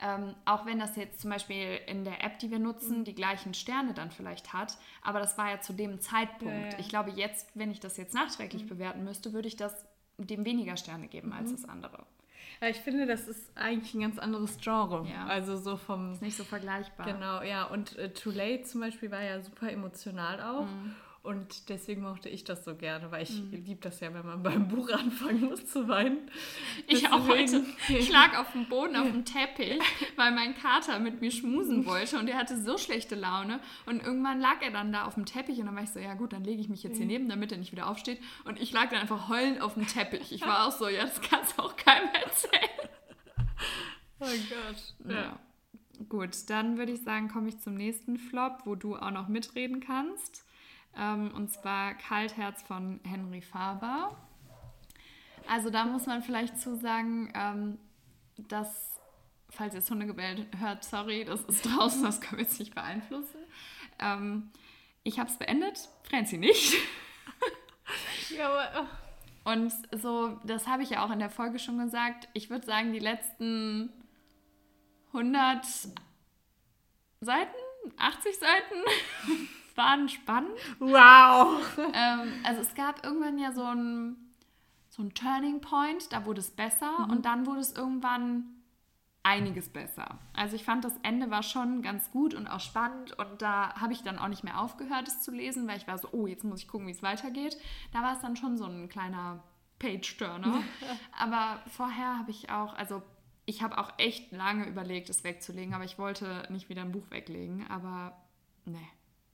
Ähm, auch wenn das jetzt zum Beispiel in der App, die wir nutzen, mhm. die gleichen Sterne dann vielleicht hat, aber das war ja zu dem Zeitpunkt. Ja, ja. Ich glaube jetzt, wenn ich das jetzt nachträglich mhm. bewerten müsste, würde ich das dem weniger Sterne geben mhm. als das andere. Ja, ich finde, das ist eigentlich ein ganz anderes Genre. Ja. Also so vom... Ist nicht so vergleichbar. Genau, ja. Und äh, Too Late zum Beispiel war ja super emotional auch. Mhm. Und deswegen mochte ich das so gerne, weil ich mhm. liebe das ja, wenn man beim Buch anfangen muss zu weinen. Ich deswegen. auch heute. Ich lag auf dem Boden, auf dem Teppich, weil mein Kater mit mir schmusen wollte und er hatte so schlechte Laune. Und irgendwann lag er dann da auf dem Teppich und dann war ich so, ja gut, dann lege ich mich jetzt hier neben, damit er nicht wieder aufsteht. Und ich lag dann einfach heulend auf dem Teppich. Ich war auch so, ja, das kannst du auch keinem erzählen. Oh Gott. Ja. ja. Gut, dann würde ich sagen, komme ich zum nächsten Flop, wo du auch noch mitreden kannst. Ähm, und zwar Kaltherz von Henry Faber. Also da muss man vielleicht zu sagen, ähm, dass, falls ihr das Hundegebell hört, sorry, das ist draußen, das können wir jetzt nicht beeinflussen. Ähm, ich habe es beendet, Franzi nicht. Ja, aber... Und so, das habe ich ja auch in der Folge schon gesagt, ich würde sagen, die letzten hundert Seiten, achtzig Seiten... waren spannend. Wow! Ähm, also es gab irgendwann ja so ein, so ein Turning Point, da wurde es besser mhm. und dann wurde es irgendwann einiges besser. Also ich fand, das Ende war schon ganz gut und auch spannend und da habe ich dann auch nicht mehr aufgehört, es zu lesen, weil ich war so, oh, jetzt muss ich gucken, wie es weitergeht. Da war es dann schon so ein kleiner Page-Turner. Aber vorher habe ich auch, also ich habe auch echt lange überlegt, es wegzulegen, aber ich wollte nicht wieder ein Buch weglegen, aber nee.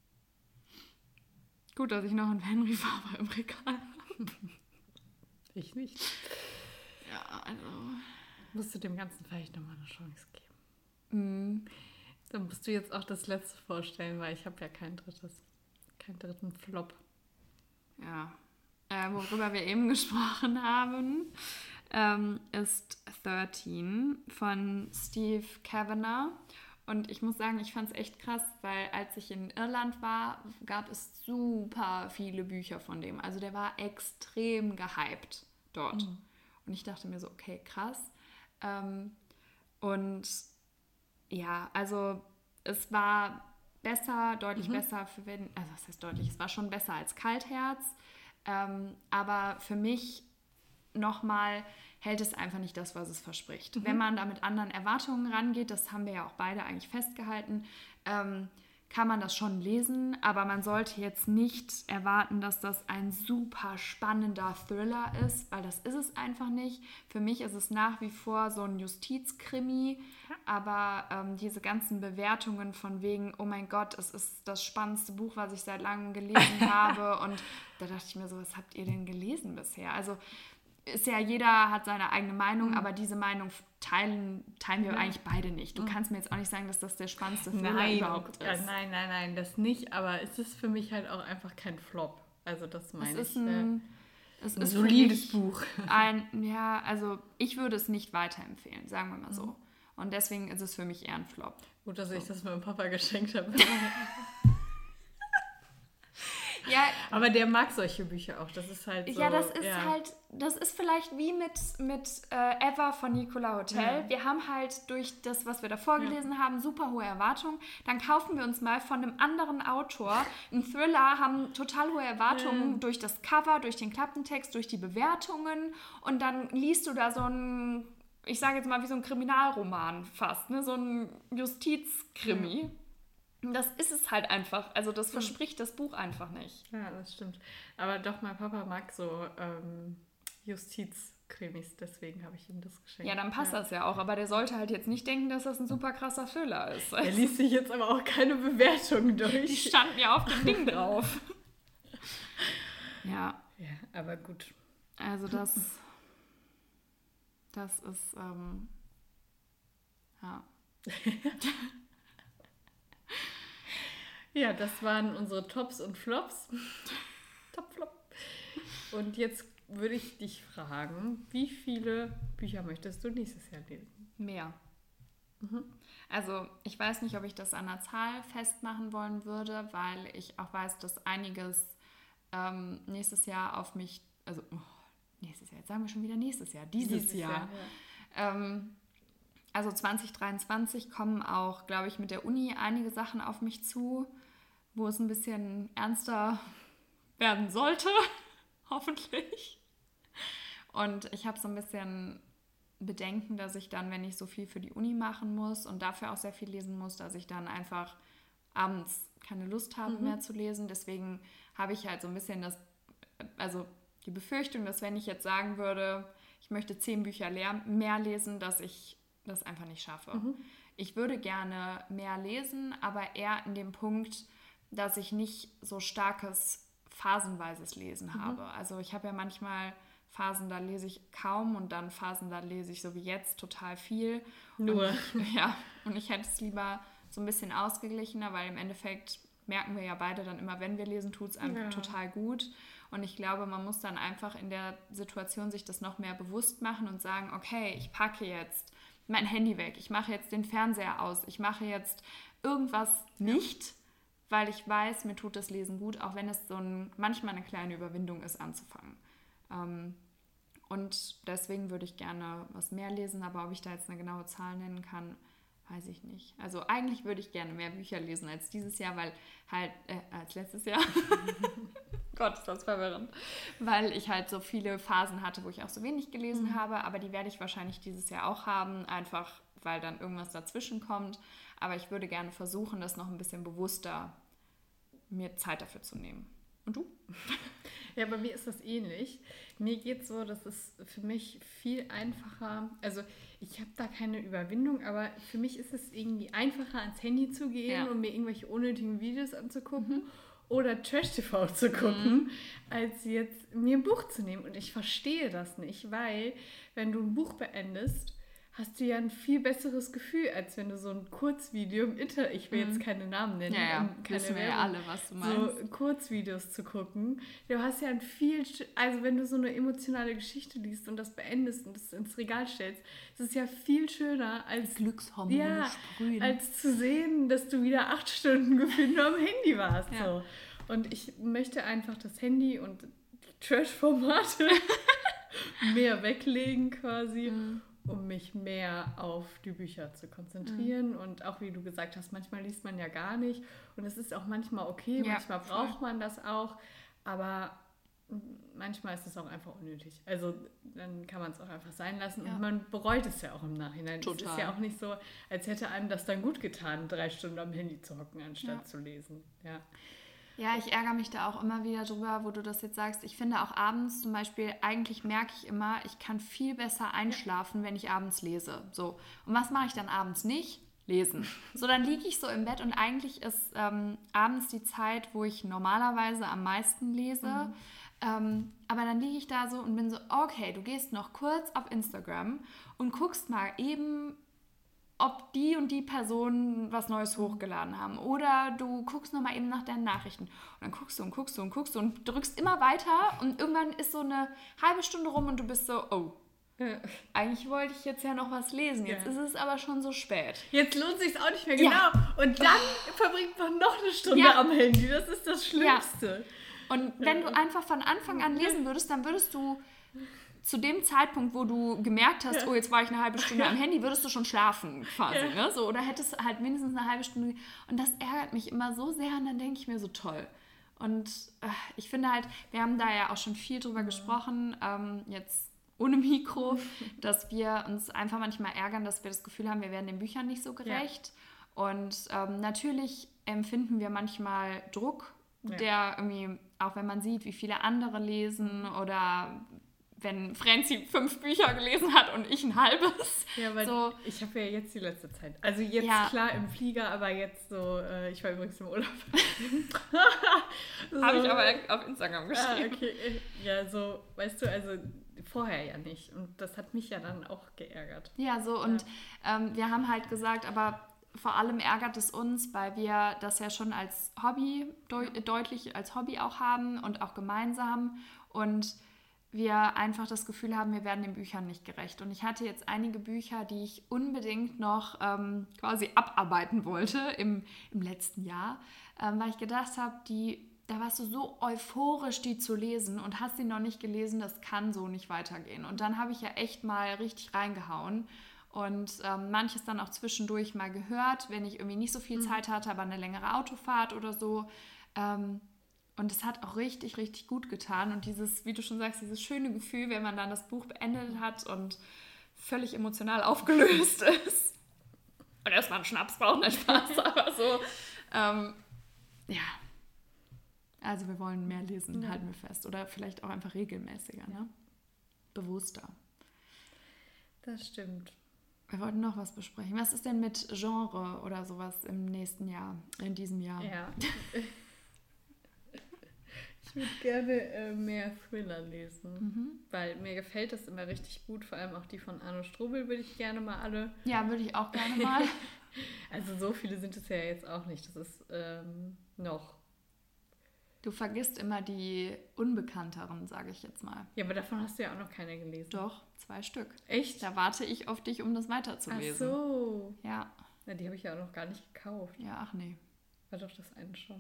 Gut, dass ich noch einen Henry Faber im Regal habe. Ich nicht. Ja, also... Musst du dem Ganzen vielleicht nochmal eine Chance geben. Mm. Dann musst du jetzt auch das letzte vorstellen, weil ich habe ja kein drittes, keinen dritten Flop. Ja. Äh, worüber wir eben gesprochen haben, ähm, ist dreizehn von Steve Kavanagh. Und ich muss sagen, ich fand es echt krass, weil als ich in Irland war, gab es super viele Bücher von dem. Also der war extrem gehypt dort. Mhm. Und ich dachte mir so, okay, krass. Ähm, und ja, also es war besser, deutlich mhm. besser für wen, also was heißt deutlich, es war schon besser als Kaltherz. Ähm, aber für mich nochmal hält es einfach nicht das, was es verspricht. Mhm. Wenn man da mit anderen Erwartungen rangeht, das haben wir ja auch beide eigentlich festgehalten, ähm, kann man das schon lesen, aber man sollte jetzt nicht erwarten, dass das ein super spannender Thriller ist, weil das ist es einfach nicht. Für mich ist es nach wie vor so ein Justizkrimi, aber ähm, diese ganzen Bewertungen von wegen, oh mein Gott, es ist das spannendste Buch, was ich seit langem gelesen habe, und da dachte ich mir so, was habt ihr denn gelesen bisher? Also ist ja, jeder hat seine eigene Meinung, mhm. aber diese Meinung teilen, teilen wir ja. eigentlich beide nicht. Du mhm. kannst mir jetzt auch nicht sagen, dass das der spannendste Thriller nein, überhaupt ja, ist. Nein, nein, nein, das nicht, aber es ist für mich halt auch einfach kein Flop. Also das meine es ich. Ist ein, äh, es ein ist solides Buch. Ein, ja, also ich würde es nicht weiterempfehlen, sagen wir mal so. Mhm. Und deswegen ist es für mich eher ein Flop. Gut, dass so. ich das meinem Papa geschenkt habe. Ja, aber der mag solche Bücher auch. Das ist halt so. Ja, das ist ja. halt, das ist vielleicht wie mit, mit äh, Eva von Nicola Hotel. Ja. Wir haben halt durch das, was wir da vorgelesen ja. haben, super hohe Erwartungen. Dann kaufen wir uns mal von einem anderen Autor einen Thriller, haben total hohe Erwartungen ja. durch das Cover, durch den Klappentext, durch die Bewertungen. Und dann liest du da so ein, ich sage jetzt mal wie so ein Kriminalroman fast, ne? So ein Justizkrimi. Ja. Das ist es halt einfach. Also das verspricht das Buch einfach nicht. Ja, das stimmt. Aber doch, mein Papa mag so ähm, Justizkrimis, deswegen habe ich ihm das geschenkt. Ja, dann passt ja. das ja auch. Aber der sollte halt jetzt nicht denken, dass das ein super krasser Thriller ist. Er liest sich jetzt aber auch keine Bewertungen durch. Die standen ja auf dem Ding drauf. Ja. Ja, aber gut. Also das, das ist, ähm, ja. Ja, das waren unsere Tops und Flops. Top, Flop. Und jetzt würde ich dich fragen, wie viele Bücher möchtest du nächstes Jahr lesen? Mehr. Mhm. Also ich weiß nicht, ob ich das an der Zahl festmachen wollen würde, weil ich auch weiß, dass einiges ähm, nächstes Jahr auf mich, also oh, nächstes Jahr, jetzt sagen wir schon wieder nächstes Jahr, dieses, dieses Jahr, Jahr ja. ähm, also zwanzig dreiundzwanzig kommen auch, glaube ich, mit der Uni einige Sachen auf mich zu, wo es ein bisschen ernster werden sollte, hoffentlich. Und ich habe so ein bisschen Bedenken, dass ich dann, wenn ich so viel für die Uni machen muss und dafür auch sehr viel lesen muss, dass ich dann einfach abends keine Lust habe Mhm. mehr zu lesen. Deswegen habe ich halt so ein bisschen das, also die Befürchtung, dass wenn ich jetzt sagen würde, ich möchte zehn Bücher leer, mehr lesen, dass ich das einfach nicht schaffe. Mhm. Ich würde gerne mehr lesen, aber eher in dem Punkt, dass ich nicht so starkes phasenweises Lesen Mhm. habe. Also ich habe ja manchmal Phasen, da lese ich kaum und dann Phasen, da lese ich so wie jetzt total viel. Nur. Und, ja, und ich hätte es lieber so ein bisschen ausgeglichener, weil im Endeffekt merken wir ja beide dann immer, wenn wir lesen, tut es einem Ja. total gut. Und ich glaube, man muss dann einfach in der Situation sich das noch mehr bewusst machen und sagen, okay, ich packe jetzt mein Handy weg, ich mache jetzt den Fernseher aus, ich mache jetzt irgendwas nicht, weil ich weiß, mir tut das Lesen gut, auch wenn es so ein, manchmal eine kleine Überwindung ist, anzufangen. Ähm, und deswegen würde ich gerne was mehr lesen, aber ob ich da jetzt eine genaue Zahl nennen kann, weiß ich nicht. Also eigentlich würde ich gerne mehr Bücher lesen als dieses Jahr, weil halt, äh, als letztes Jahr. Gott, ist das verwirrend. Weil ich halt so viele Phasen hatte, wo ich auch so wenig gelesen Mhm. habe, aber die werde ich wahrscheinlich dieses Jahr auch haben, einfach weil dann irgendwas dazwischen kommt. Aber ich würde gerne versuchen, das noch ein bisschen bewusster mir Zeit dafür zu nehmen. Und du? Ja, bei mir ist das ähnlich. Mir geht es so, dass es für mich viel einfacher, also ich habe da keine Überwindung, aber für mich ist es irgendwie einfacher, ans Handy zu gehen Ja. und mir irgendwelche unnötigen Videos anzugucken Mhm. oder Trash-T V zu gucken, als jetzt mir ein Buch zu nehmen. Und ich verstehe das nicht, weil wenn du ein Buch beendest, hast du ja ein viel besseres Gefühl, als wenn du so ein Kurzvideo im Internet, ich will jetzt keine Namen nennen, Ja, ja, um keine wissen wir ja Werbung, alle, was du meinst. so Kurzvideos zu gucken. Du hast ja ein viel, sch- also wenn du so eine emotionale Geschichte liest und das beendest und das ins Regal stellst, ist es ja viel schöner, als, Glückshormone ja, sprühen. als zu sehen, dass du wieder acht Stunden gefühlt nur am Handy warst. Ja. So. Und ich möchte einfach das Handy und die Trash-Formate mehr weglegen quasi, Mhm. um mich mehr auf die Bücher zu konzentrieren. Und auch wie du gesagt hast, manchmal liest man ja gar nicht. Und es ist auch manchmal okay, Ja, manchmal voll. braucht man das auch. Aber manchmal ist es auch einfach unnötig. Also dann kann man es auch einfach sein lassen. Ja. Und man bereut es ja auch im Nachhinein. Es Total. ist ja auch nicht so, als hätte einem das dann gut getan, drei Stunden am Handy zu hocken, anstatt Ja. zu lesen. Ja. Ja, ich ärgere mich da auch immer wieder drüber, wo du das jetzt sagst. Ich finde auch abends zum Beispiel, eigentlich merke ich immer, ich kann viel besser einschlafen, wenn ich abends lese. So. Und was mache ich dann abends nicht? Lesen. So, dann liege ich so im Bett und eigentlich ist ähm, abends die Zeit, wo ich normalerweise am meisten lese. Mhm. Ähm, aber dann liege ich da so und bin so, okay, du gehst noch kurz auf Instagram und guckst mal eben, ob die und die Personen was Neues hochgeladen haben. Oder du guckst nochmal eben nach deinen Nachrichten. Und dann guckst du und guckst du und guckst du und drückst immer weiter. Und irgendwann ist so eine halbe Stunde rum und du bist so, oh, Ja. eigentlich wollte ich jetzt ja noch was lesen. Jetzt Ja. ist es aber schon so spät. Jetzt lohnt sich auch nicht mehr, Ja. genau. Und dann verbringt man noch eine Stunde Ja. am Handy. Das ist das Schlimmste. Und wenn du einfach von Anfang an lesen würdest, dann würdest du zu dem Zeitpunkt, wo du gemerkt hast, Ja. oh, jetzt war ich eine halbe Stunde am Handy, würdest du schon schlafen quasi. Ja. Ne? So, oder hättest halt mindestens eine halbe Stunde. Und das ärgert mich immer so sehr und dann denke ich mir so, toll. Und äh, ich finde halt, wir haben da ja auch schon viel drüber gesprochen, ähm, jetzt ohne Mikro, dass wir uns einfach manchmal ärgern, dass wir das Gefühl haben, wir werden den Büchern nicht so gerecht. Und ähm, natürlich empfinden wir manchmal Druck, Ja. der irgendwie, auch wenn man sieht, wie viele andere lesen oder wenn Franzi fünf Bücher gelesen hat und ich ein halbes. Ja, weil So. ich habe ja jetzt die letzte Zeit. Also jetzt Ja. klar im Flieger, aber jetzt so, äh, ich war übrigens im Urlaub. so. Habe ich aber auf Instagram Ah, geschrieben. okay. Ja, so, weißt du, also vorher ja nicht. Und das hat mich ja dann auch geärgert. Ja, so und ähm, wir haben halt gesagt, aber vor allem ärgert es uns, weil wir das ja schon als Hobby, deu- deutlich als Hobby auch haben und auch gemeinsam und wir einfach das Gefühl haben, wir werden den Büchern nicht gerecht. Und ich hatte jetzt einige Bücher, die ich unbedingt noch ähm, quasi abarbeiten wollte im, im letzten Jahr, ähm, weil ich gedacht habe, die, da warst du so euphorisch, die zu lesen und hast sie noch nicht gelesen, das kann so nicht weitergehen. Und dann habe ich ja echt mal richtig reingehauen und ähm, manches dann auch zwischendurch mal gehört, wenn ich irgendwie nicht so viel Zeit hatte, aber eine längere Autofahrt oder so. Ähm, und es hat auch richtig, richtig gut getan. Und dieses, wie du schon sagst, dieses schöne Gefühl, wenn man dann das Buch beendet hat und völlig emotional aufgelöst ist. Und erstmal einen Schnaps braucht, nicht Spaß, aber so. Ähm, ja. Also wir wollen mehr lesen, ja. halten wir fest. Oder vielleicht auch einfach regelmäßiger, ja. ne? Bewusster. Das stimmt. Wir wollten noch was besprechen. Was ist denn mit Genre oder sowas im nächsten Jahr, in diesem Jahr? Ja. Ich würde gerne äh, mehr Thriller lesen, mhm. weil mir gefällt das immer richtig gut. Vor allem auch die von Arno Strobel würde ich gerne mal alle. Ja, würde ich auch gerne mal. Also so viele sind es ja jetzt auch nicht. Das ist ähm, noch. Du vergisst immer die Unbekannteren, sage ich jetzt mal. Ja, aber davon hast du ja auch noch keine gelesen. Doch, zwei Stück. Echt? Da warte ich auf dich, um das weiterzulesen. Ach so. Ja. Na, die habe ich ja auch noch gar nicht gekauft. Ja, ach nee. War doch das eine schon.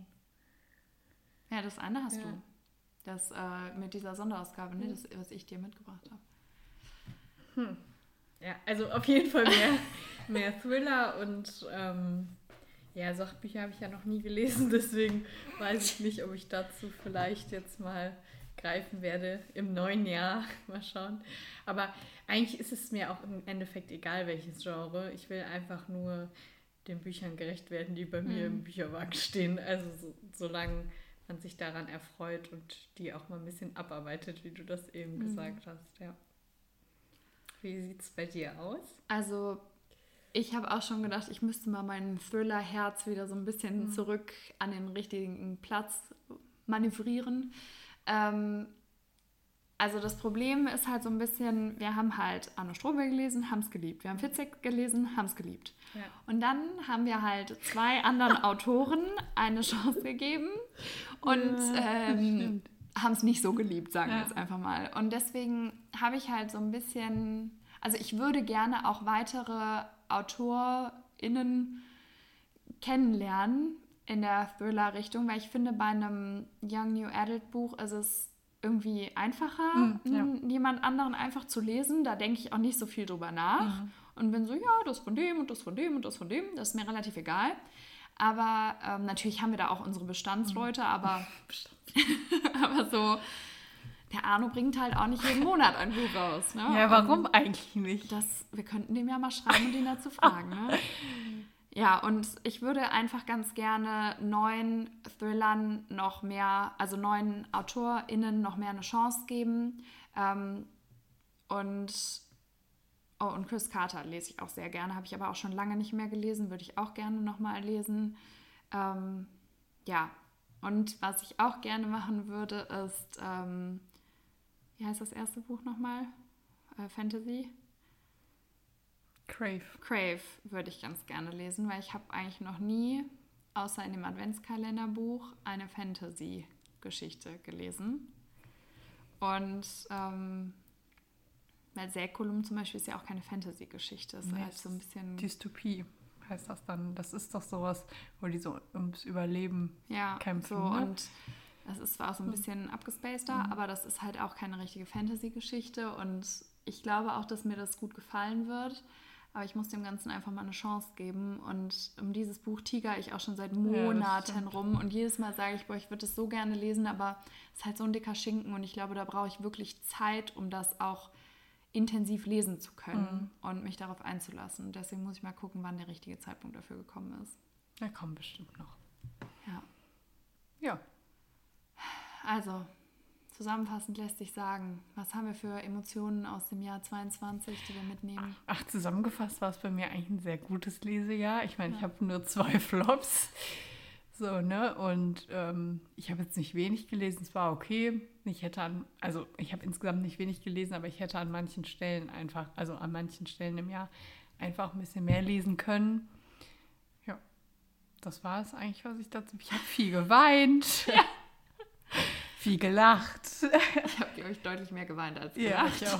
Ja, das eine hast ja. du. Das äh, mit dieser Sonderausgabe, ne, das, was ich dir mitgebracht habe. Hm. Ja, also auf jeden Fall mehr, mehr Thriller und ähm, ja, Sachbücher habe ich ja noch nie gelesen, deswegen weiß ich nicht, ob ich dazu vielleicht jetzt mal greifen werde im neuen Jahr. Mal schauen. Aber eigentlich ist es mir auch im Endeffekt egal, welches Genre. Ich will einfach nur den Büchern gerecht werden, die bei mir Mhm. im Bücherwagen stehen. Also so, solange man sich daran erfreut und die auch mal ein bisschen abarbeitet, wie du das eben Mhm. gesagt hast. Ja. Wie sieht es bei dir aus? Also ich habe auch schon gedacht, ich müsste mal mein Thriller-Herz wieder so ein bisschen Mhm. zurück an den richtigen Platz manövrieren. Ähm, also das Problem ist halt so ein bisschen, wir haben halt Arno Strobel gelesen, haben es geliebt. Wir haben Fitzek gelesen, haben es geliebt. Ja. Und dann haben wir halt zwei anderen Autoren eine Chance gegeben und Ja, ähm, haben es nicht so geliebt, sagen wir Ja. jetzt einfach mal. Und deswegen habe ich halt so ein bisschen, also ich würde gerne auch weitere AutorInnen kennenlernen in der Thriller-Richtung, weil ich finde, bei einem Young New Adult Buch ist es irgendwie einfacher, Mhm, ja. n- jemand anderen einfach zu lesen. Da denke ich auch nicht so viel drüber nach. Mhm. Und bin so, ja, das von dem und das von dem und das von dem. Das ist mir relativ egal. Aber ähm, natürlich haben wir da auch unsere Bestandsleute, aber, aber so, der Arno bringt halt auch nicht jeden Monat ein Buch raus. Ne? Ja, warum Und eigentlich nicht? das, wir könnten dem ja mal schreiben und ihn dazu fragen. Ne? Ja, und ich würde einfach ganz gerne neuen Thrillern noch mehr, also neuen AutorInnen noch mehr eine Chance geben. Ähm, und, oh, und Chris Carter lese ich auch sehr gerne, habe ich aber auch schon lange nicht mehr gelesen, würde ich auch gerne nochmal lesen. Ähm, ja, und was ich auch gerne machen würde, ist, ähm, wie heißt das erste Buch nochmal? Äh, Fantasy? Crave. Crave würde ich ganz gerne lesen, weil ich habe eigentlich noch nie, außer in dem Adventskalenderbuch, eine Fantasy-Geschichte gelesen. Und ähm, weil Säkulum zum Beispiel ist ja auch keine Fantasy-Geschichte. Es ist Nee, halt so ein bisschen... Dystopie heißt das dann. Das ist doch sowas, wo die so ums Überleben Ja, kämpfen. so Ne? und das ist zwar auch so ein bisschen abgespaceder, Mhm. aber das ist halt auch keine richtige Fantasy-Geschichte und ich glaube auch, dass mir das gut gefallen wird. Aber ich muss dem Ganzen einfach mal eine Chance geben. Und um dieses Buch tigere ich auch schon seit Monaten stimmt. rum. Und jedes Mal sage ich, boah, ich würde es so gerne lesen, aber es ist halt so ein dicker Schinken. Und ich glaube, da brauche ich wirklich Zeit, um das auch intensiv lesen zu können und mich darauf einzulassen. Und deswegen muss ich mal gucken, wann der richtige Zeitpunkt dafür gekommen ist. Ja, kommt bestimmt noch. Ja. Ja. Also, zusammenfassend lässt sich sagen, was haben wir für Emotionen aus dem Jahr zweiundzwanzig, die wir mitnehmen? Ach, zusammengefasst war es bei mir eigentlich ein sehr gutes Lesejahr. Ich meine, Ja. ich habe nur zwei Flops. So, ne? Und ähm, ich habe jetzt nicht wenig gelesen, es war okay. Ich hätte an, also ich habe insgesamt nicht wenig gelesen, aber ich hätte an manchen Stellen einfach, also an manchen Stellen im Jahr einfach ein bisschen mehr lesen können. Ja, das war es eigentlich, was ich dazu. Ich habe viel geweint, Ja. viel gelacht. Ich habe, glaube ich, deutlich mehr geweint als Ja, gelacht. ich auch.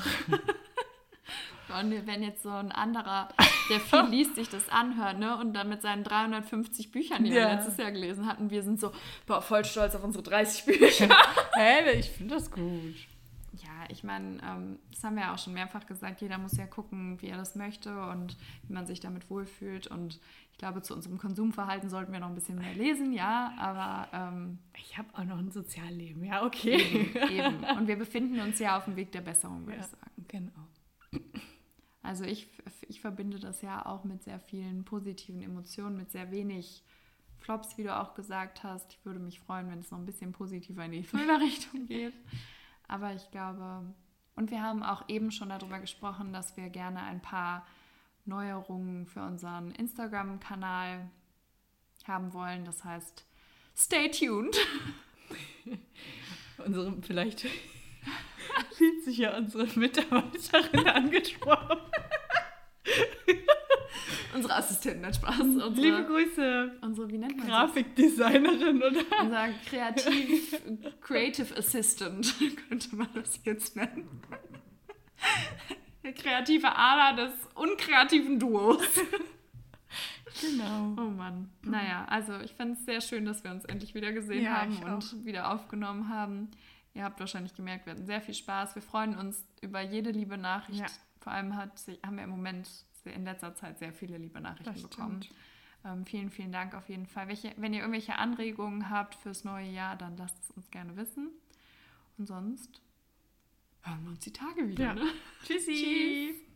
Und wenn jetzt so ein anderer, der viel liest, sich das anhört, ne, und dann mit seinen dreihundertfünfzig Büchern, die Ja. wir letztes Jahr gelesen hatten, wir sind so, boah, voll stolz auf unsere dreißig Bücher. Hä, ich finde das gut. Ja, ich meine, ähm, das haben wir ja auch schon mehrfach gesagt, jeder muss ja gucken, wie er das möchte und wie man sich damit wohlfühlt. Und ich glaube, zu unserem Konsumverhalten sollten wir noch ein bisschen mehr lesen, ja, aber... Ähm, ich habe auch noch ein Sozialleben, ja, okay. Eben, eben. Und wir befinden uns ja auf dem Weg der Besserung, würde ja, ich sagen. Genau. Also ich, ich verbinde das ja auch mit sehr vielen positiven Emotionen, mit sehr wenig Flops, wie du auch gesagt hast. Ich würde mich freuen, wenn es noch ein bisschen positiver in die Thriller-Richtung geht. Aber ich glaube, und wir haben auch eben schon darüber gesprochen, dass wir gerne ein paar Neuerungen für unseren Instagram-Kanal haben wollen. Das heißt, stay tuned. Unsere, vielleicht fühlt sich ja unsere Mitarbeiterin angesprochen. Unsere Assistentin hat Spaß. Unsere, Liebe Grüße. Unsere, wie nennt man Grafikdesignerin, oder? Unser Kreativ, Creative Assistant, könnte man das jetzt nennen. Der kreative Ader des unkreativen Duos. Genau. Oh Mann. Naja, also ich fand es sehr schön, dass wir uns endlich wieder gesehen ja, haben und wieder aufgenommen haben. Ihr habt wahrscheinlich gemerkt, wir hatten sehr viel Spaß. Wir freuen uns über jede liebe Nachricht. Ja. Vor allem hat, haben wir im Moment in letzter Zeit sehr viele liebe Nachrichten bekommen. Ähm, vielen, vielen Dank auf jeden Fall. Welche, wenn ihr irgendwelche Anregungen habt fürs neue Jahr, dann lasst es uns gerne wissen. Und sonst hören wir uns die Tage wieder. Ja. Ne? Tschüssi. Tschüss.